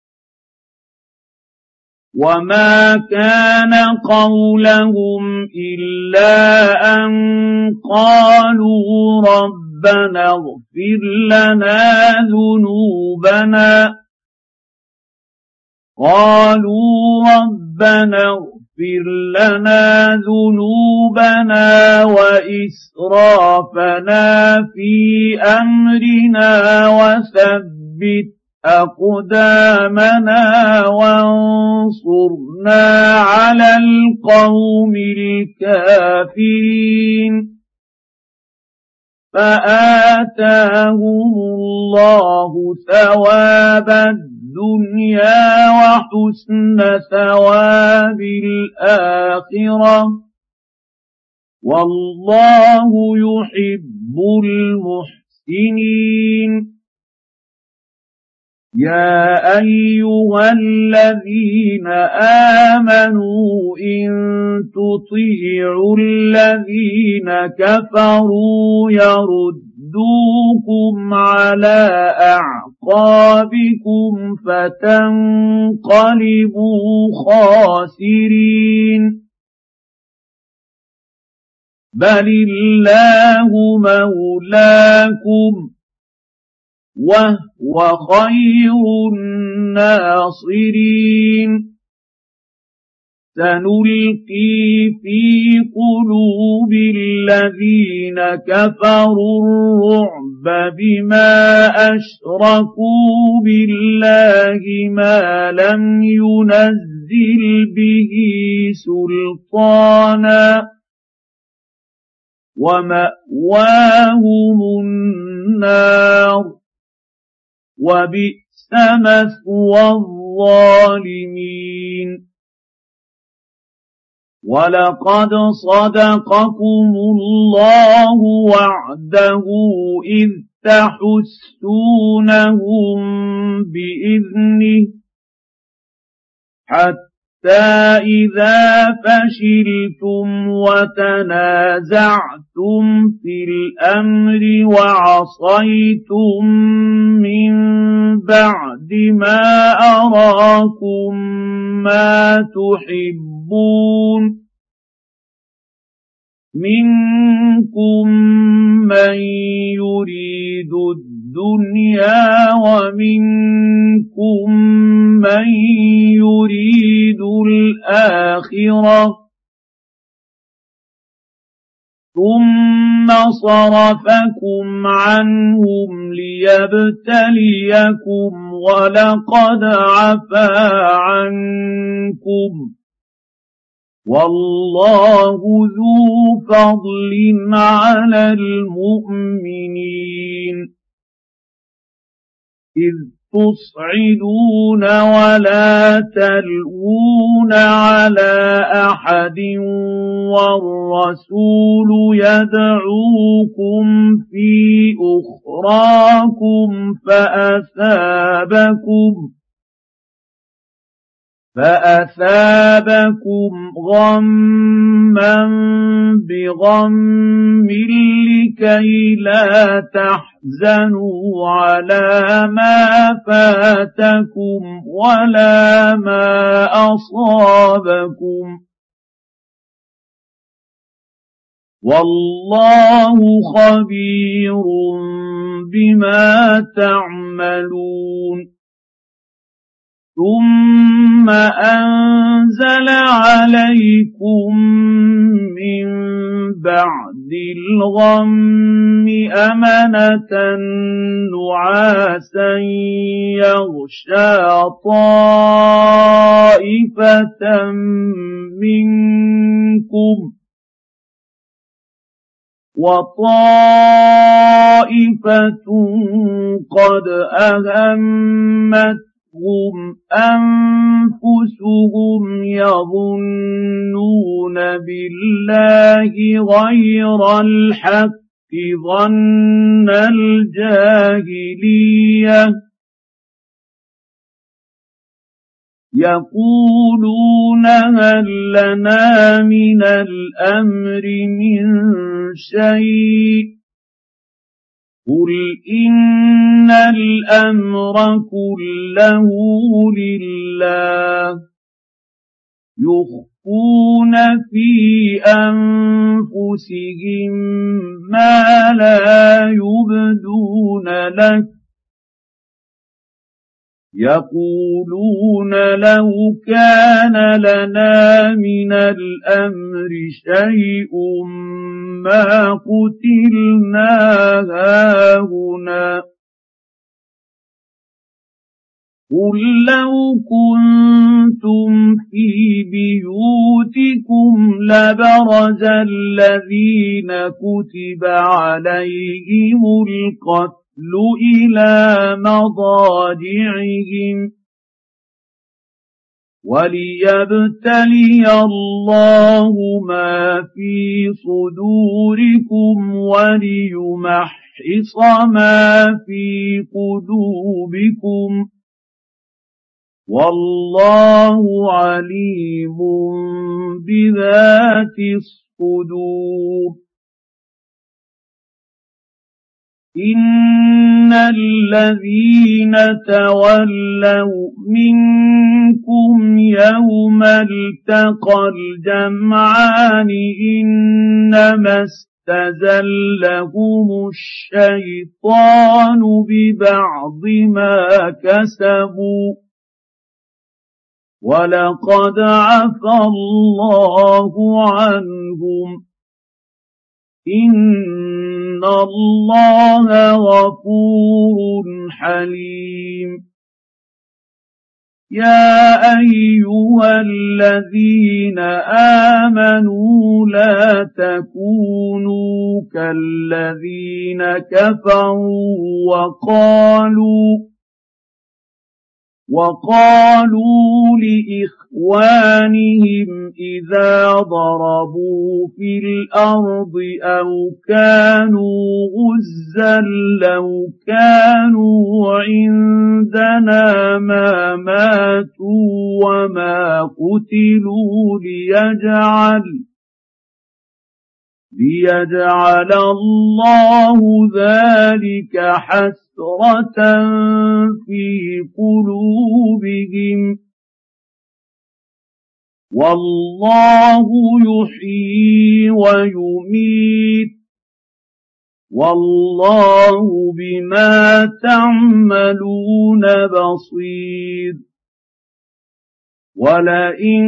وما كان قولهم إلا أن قالوا ربنا اغفر لنا ذنوبنا وإسرافنا في أمرنا وثبت أقدامنا وانصرنا على القوم الكافرين فآتاهم الله ثواب الدنيا وحسن ثواب الآخرة والله يحب المحسنين يا أيها الذين آمنوا إن تطيعوا الذين كفروا يردوكم على أعقابكم فتنقلبوا خاسرين بل الله مولاكم وهو خير الناصرين سنلقي في قلوب الذين كفروا الرعب بما أشركوا بالله ما لم ينزل به سلطانا ومأواهم النار وبئس مثوى الظالمين ولقد صدقكم الله وعده إذ تحسونهم بإذنه حتى إذا فشلتم وتنازعتم في الأمر وعصيتم من بعد ما أراكم ما تحبون منكم من يريد الدنيا ومنكم من يريد الآخرة ثم صرفكم عنهم ليبتليكم ولقد عفا عنكم والله ذو فضل على المؤمنين إذ تصعدون ولا تلوون على أحد والرسول يدعوكم في أخراكم فأثابكم غما بغم لكي لا تحزنوا على ما فاتكم ولا ما أصابكم والله خبير بما تعملون ثم أنزل عليكم من بعد الغم أمنة نعاسا يغشى طائفة منكم وطائفة قد أهمتهم أنفسهم يظنون بالله غير الحق ظن الجاهلية يقولون هل لنا من الأمر من شيء قل إن الأمر كله لله يخفون في أنفسهم ما لا يبدون لك يقولون لو كان لنا من الأمر شيء ما قتلنا هاهنا قل لو كنتم في بيوتكم لبرز الذين كتب عليهم القتل إلى مضاجعهم وليبتلي الله ما في صدوركم وليمحص ما في قلوبكم والله عليم بذات الصدور إن الذين تولوا منكم يوم التقى الجمعان إنما استزلهم الشيطان ببعض ما كسبوا ولقد عفى الله عنهم إن الله غفور حليم يا أيها الذين آمنوا لا تكونوا كالذين كفروا وقالوا لإخوانهم إذا ضربوا في الأرض أو كانوا غزا لو كانوا عندنا ما ماتوا وما قتلوا ليجعل الله ذلك حسرة في قلوبهم والله يحيي ويميت والله بما تعملون بصير ولئن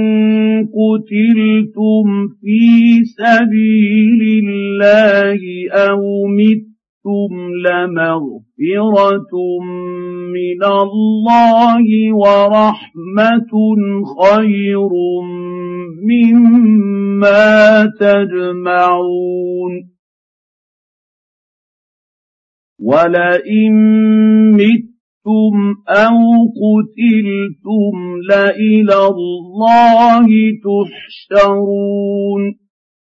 قتلتم في سبيل الله أو متم لمغفرة من الله ورحمة خير مما تجمعون ولئن متم أو قتلتم لإلى الله تحشرون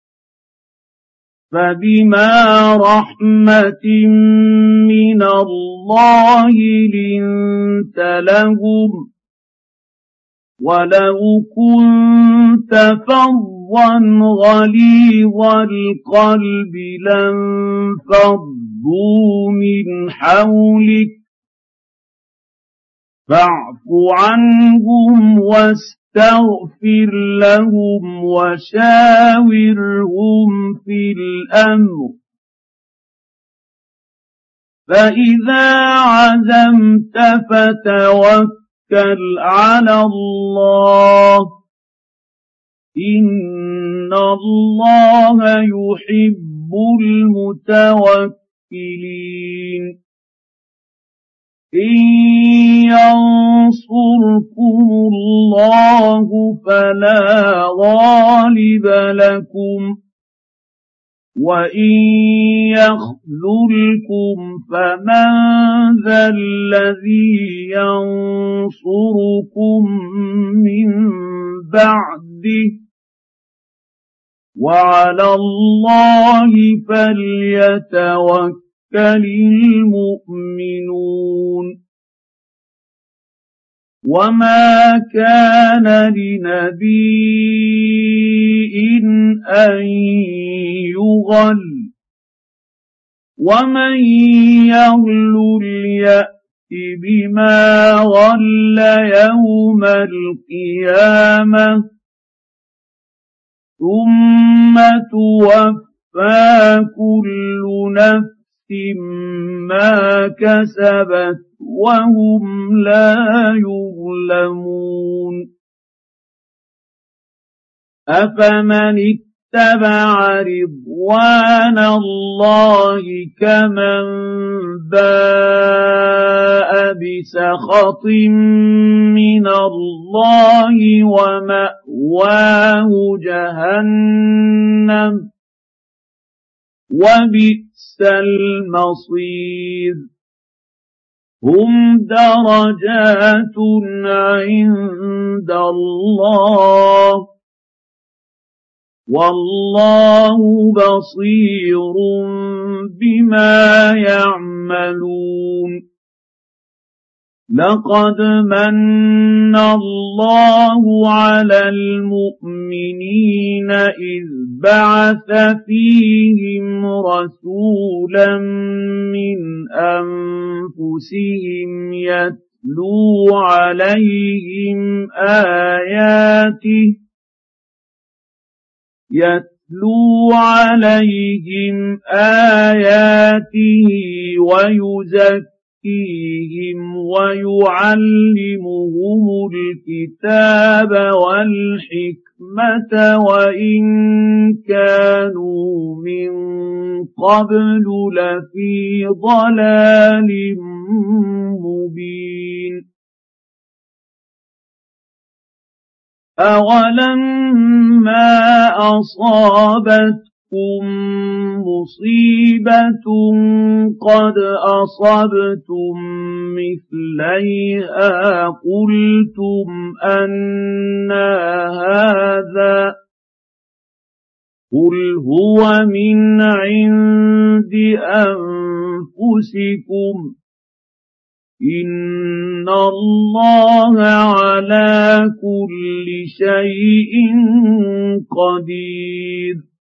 فبما رحمة من الله لنت لهم ولو كنت فظا غليظ القلب لانفضوا من حولك فاعف عنهم واستغفر لهم وشاورهم في الأمر فإذا عزمت فتوكل على الله إن الله يحب المتوكلين إن ينصركم الله فلا غالب لكم وإن يخذلكم فمن ذا الذي ينصركم من بعده وعلى الله فليتوكل المؤمنون وما كان لنبي أن يغل ومن يغل يأت بما غل يوم القيامة ثم توفى كل نفس ما كسبت وهم لا يظلمون أفمن اتبع رضوان الله كمن باء بسخط من الله ومأواه جهنم وبئس المصير هم درجات عند الله والله بصير بما يعملون لقد من الله على المؤمنين إذ بعث فيهم رسولا من أنفسهم يتلو عليهم آياته ويزكيهم ويعلمهم الكتاب والحكمة وإن كانوا من قبل لفي ضلال مبين أولما أصابتكم مصيبة قد أصبتم مثليها قلتم أنى هذا قل هو من عند أنفسكم إن الله على كل شيء قدير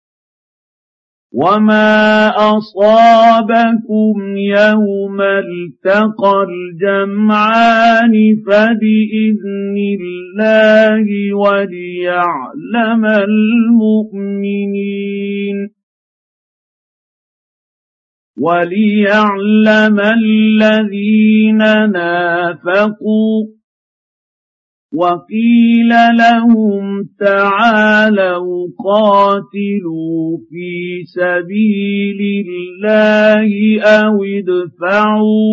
وما أصابكم يوم التقى الجمعان فبإذن الله وليعلم الذين نافقوا وقيل لهم تعالوا قاتلوا في سبيل الله أو ادفعوا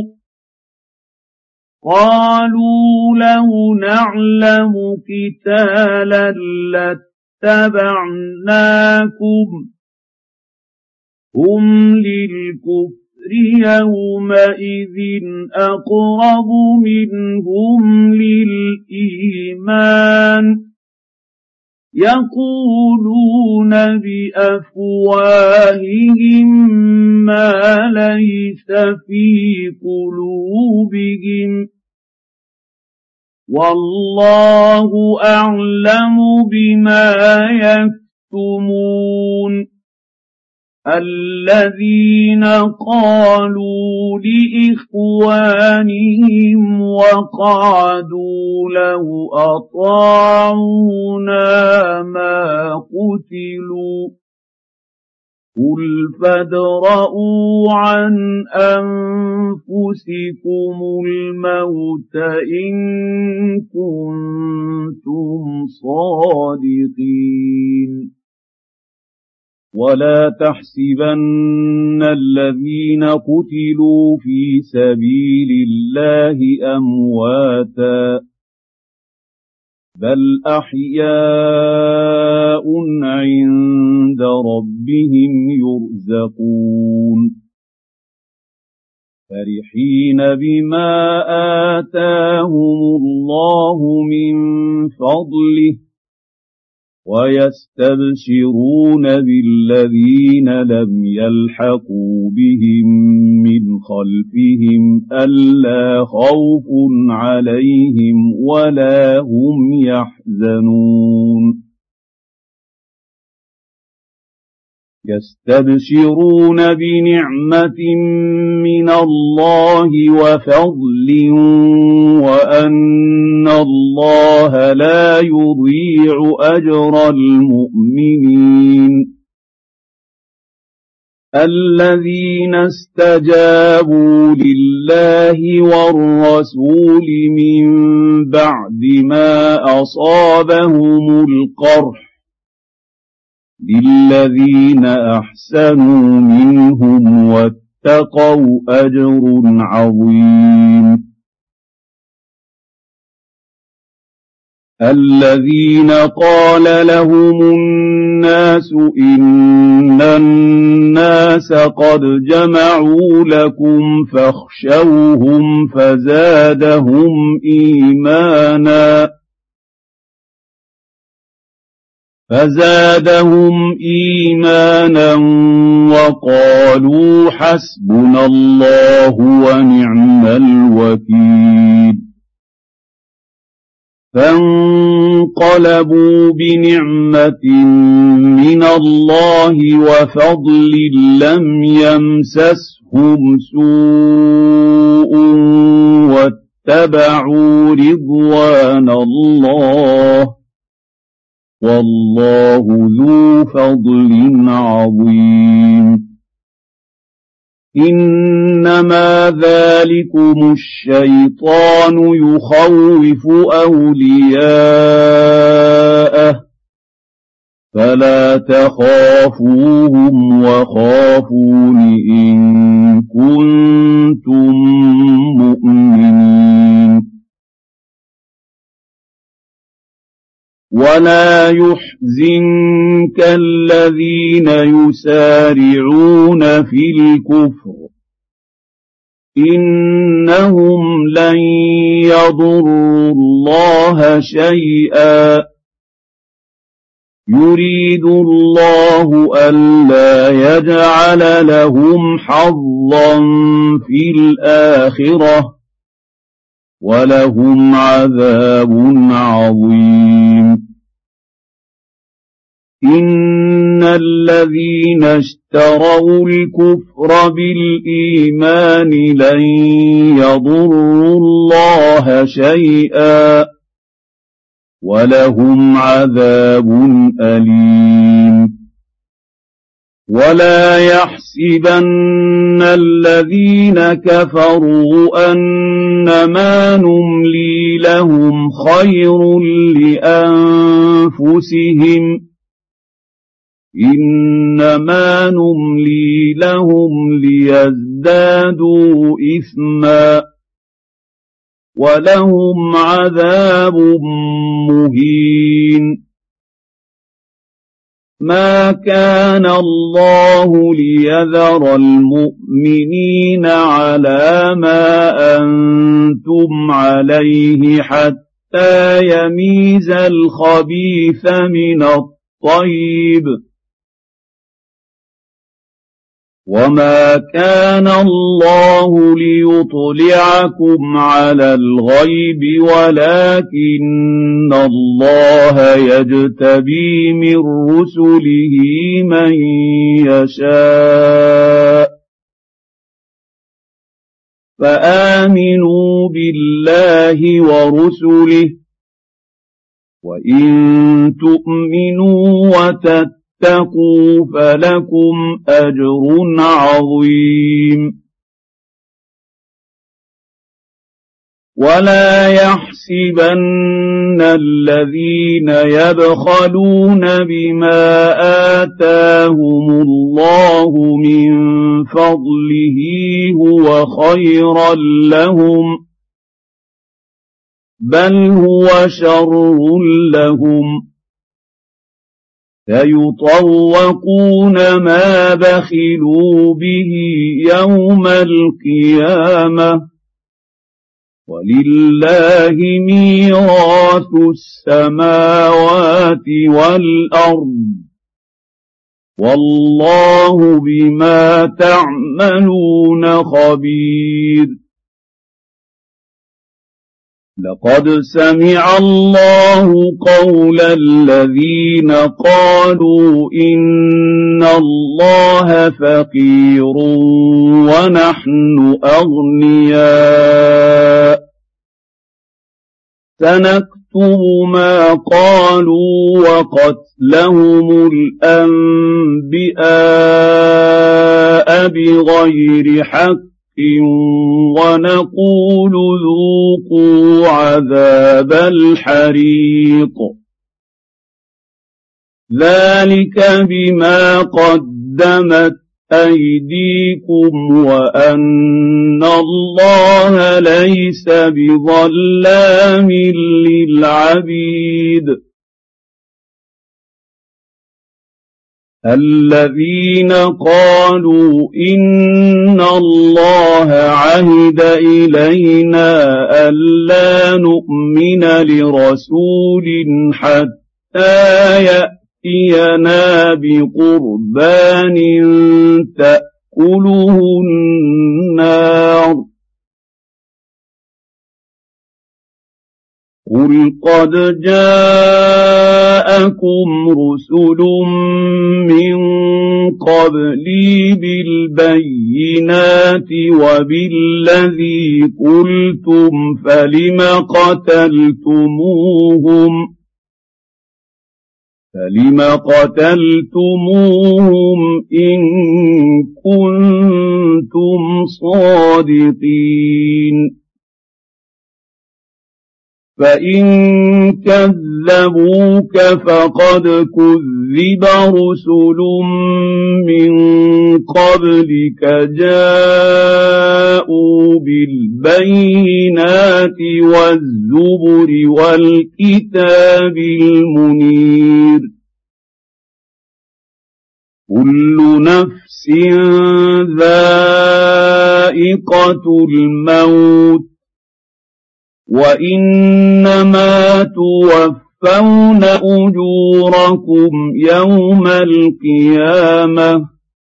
قالوا لو نعلم قتالا لاتبعناكم هم للكفر يومئذ أقرب منهم للإيمان يقولون بأفواههم ما ليس في قلوبهم والله أعلم بما يكتمون الذين قالوا لإخوانهم وقعدوا لو أطاعونا ما قتلوا قل فادرءوا عن أنفسكم الموت إن كنتم صادقين ولا تحسبن الذين قتلوا في سبيل الله أمواتا بل أحياء عند ربهم يرزقون فرحين بما آتاهم الله من فضله ويستبشرون بالذين لم يلحقوا بهم من خلفهم ألا خوف عليهم ولا هم يحزنون يستبشرون بنعمة من الله وفضل وأن الله لا يضيع أجر المؤمنين الذين استجابوا لله والرسول من بعد ما أصابهم القرح للذين أحسنوا منهم واتقوا أجر عظيم الذين قال لهم الناس إن الناس قد جمعوا لكم فاخشوهم فزادهم إيمانا وقالوا حسبنا الله ونعم الوكيل فانقلبوا بنعمة من الله وفضل لم يمسسهم سوء واتبعوا رضوان الله والله ذو فضل عظيم إنما ذلكم الشيطان يخوف أولياءه فلا تخافوهم وخافون إن كنتم مؤمنين ولا يحزنك الذين يسارعون في الكفر إنهم لن يضروا الله شيئا يريد الله ألا يجعل لهم حظا في الآخرة ولهم عذاب عظيم إن الذين اشتروا الكفر بالإيمان لن يضروا الله شيئا ولهم عذاب أليم ولا يحسبن الذين كفروا أنما نملي لهم خير لأنفسهم إنما نملي لهم ليزدادوا إثما ولهم عذاب مهين ما كان الله ليذر المؤمنين على ما أنتم عليه حتى يميز الخبيث من الطيب وما كان الله ليطلعكم على الغيب ولكن الله يجتبي من رسله من يشاء فآمنوا بالله ورسله وإن تؤمنوا وتتقوا فلكم أجر عظيم ولا يحسبن الذين يبخلون بما آتاهم الله من فضله هو خيرا لهم بل هو شر لهم سيطوقون ما بخلوا به يوم القيامة ولله ميراث السماوات والأرض والله بما تعملون خبير لقد سمع الله قول الذين قالوا إن الله فقير ونحن أغنياء سنكتب ما قالوا وقتلهم الأنبياء بغير حق ونقول ذوقوا عذاب الحريق ذلك بما قدمت أيديكم وأن الله ليس بظلام للعبيد الذين قالوا إن الله عهد إلينا ألا نؤمن لرسول حتى يأتينا بقربان تأكله النار قل قد جاءكم رسل من قبلي بالبينات وبالذي قلتم فلم قتلتموهم إن كنتم صادقين فإن كذبوك فقد كذب رسل من قبلك جاءوا بالبينات والزبر والكتاب المنير كل نفس ذائقة الموت وإنما توفون أجوركم يوم القيامة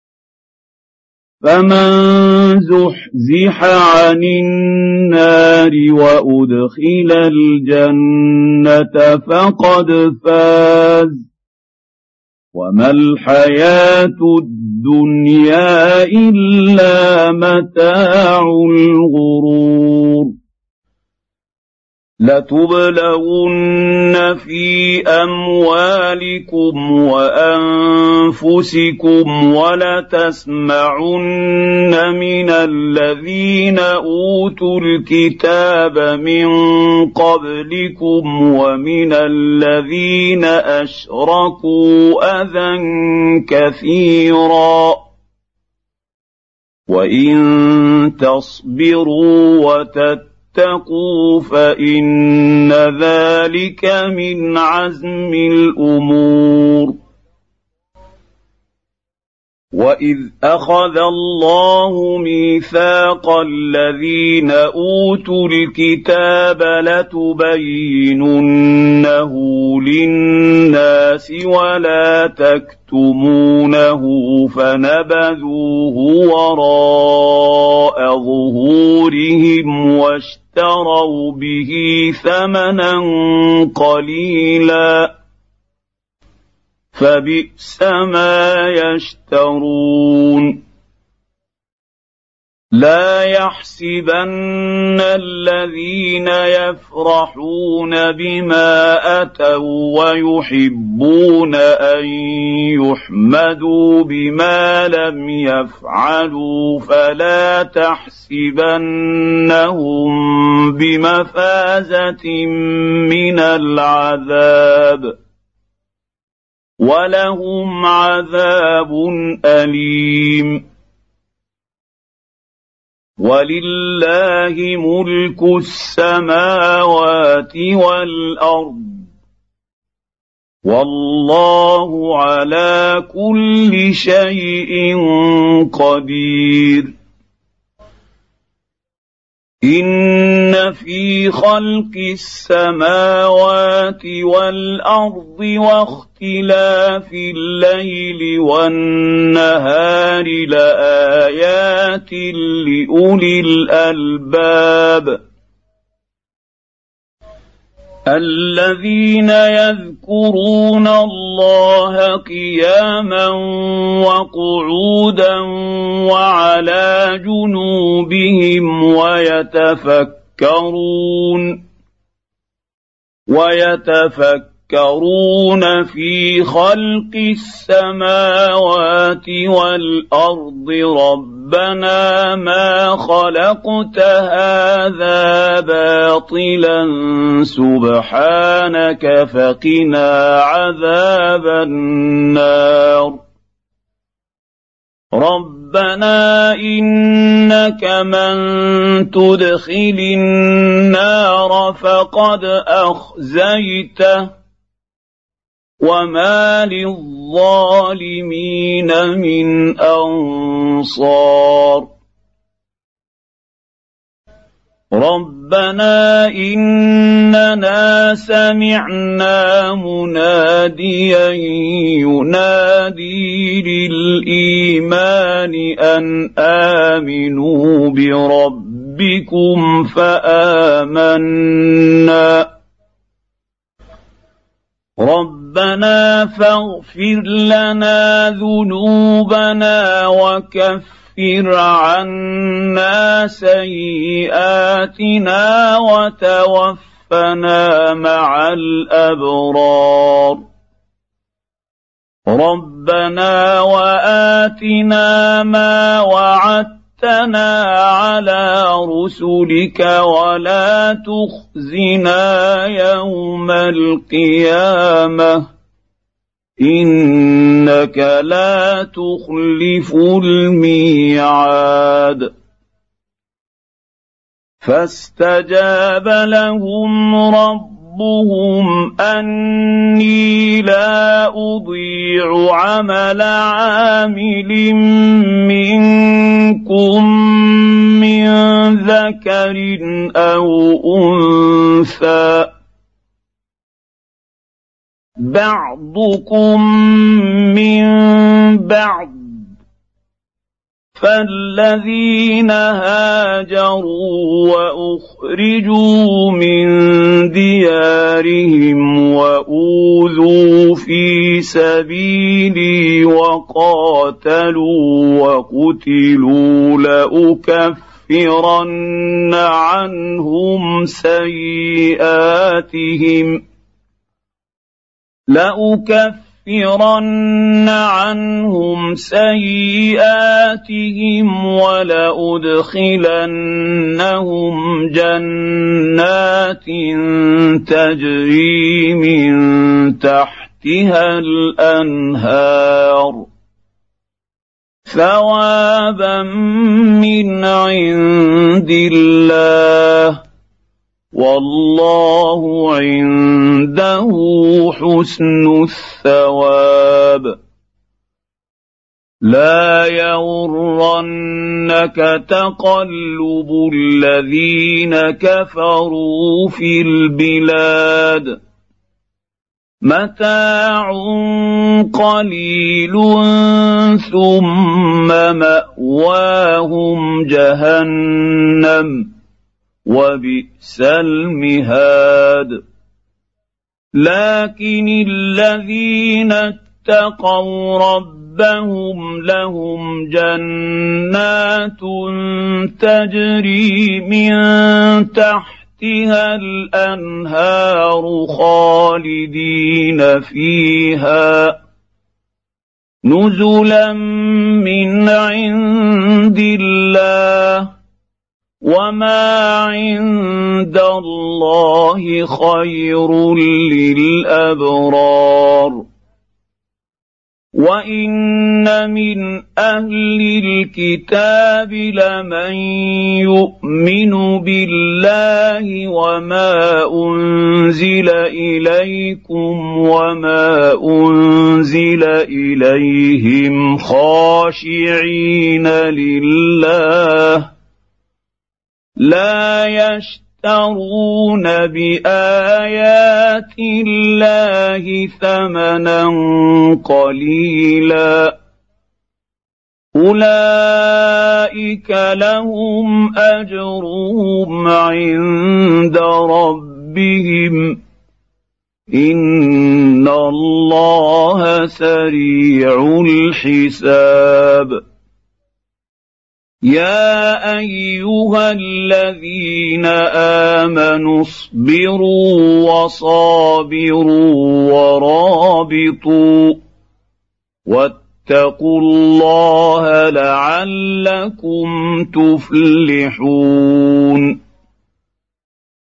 فمن زحزح عن النار وأدخل الجنة فقد فاز وما الحياة الدنيا إلا متاع الغرور لتبلغن في أموالكم وأنفسكم ولتسمعن من الذين أوتوا الكتاب من قبلكم ومن الذين أشركوا أذى كثيرا وإن تصبروا وتتقوا فإن ذلك من عزم الأمور وإذ أخذ الله ميثاق الذين أوتوا الكتاب لتبيننه للناس ولا تكتمونه فنبذوه وراء ظهورهم واشتروا به ثمنا قليلا فبئس ما يشترون لا يحسبن الذين يفرحون بما أتوا ويحبون أن يحمدوا بما لم يفعلوا فلا تحسبنهم بمفازة من العذاب ولهم عذاب أليم ولله ملك السماوات والأرض والله على كل شيء قدير إن في خلق السماوات والأرض واختلاف الليل والنهار لآيات لأولي الألباب الذين يذكرون الله قياما وقعودا وعلى جنوبهم ويتفكرون يتفكرون في خلق السماوات والارض ربنا ما خلقت هذا باطلا سبحانك فقنا عذاب النار ربنا إنك من تدخل النار فقد أخزيته وما للظالمين من أنصار ربنا إننا سمعنا مناديا ينادي للإيمان أن آمنوا بربكم فآمنا ربنا فاغفر لنا ذنوبنا وكفر عنا سيئاتنا وتوفنا مع الأبرار ربنا وآتنا ما وعدتنا على رسلك ولا تخزنا يوم القيامة إنك لا تخلف الميعاد فاستجاب لهم ربهم أني لا أضيع عمل عامل منكم من ذكر أو أنثى بعضكم من بعض فالذين هاجروا وأخرجوا من ديارهم وأوذوا في سبيلي وقاتلوا وقتلوا لأكفرن عنهم سيئاتهم ولأدخلنهم جنات تجري من تحتها الأنهار ثوابا من عند الله والله عنده حسن الثواب لا يغرنك تقلب الذين كفروا في البلاد متاع قليل ثم مأواهم جهنم وبئس المهاد لكن الذين اتقوا ربهم لهم جنات تجري من تحتها الأنهار خالدين فيها نزلا من عند الله وما عند الله خير للأبرار وإن من أهل الكتاب لمن يؤمن بالله وما أنزل إليكم وما أنزل إليهم خاشعين لله لا يشترون بآيات الله ثمنا قليلا أولئك لهم أجرهم عند ربهم إن الله سريع الحساب يا ايها الذين امنوا اصبروا وصابروا ورابطوا واتقوا الله لعلكم تفلحون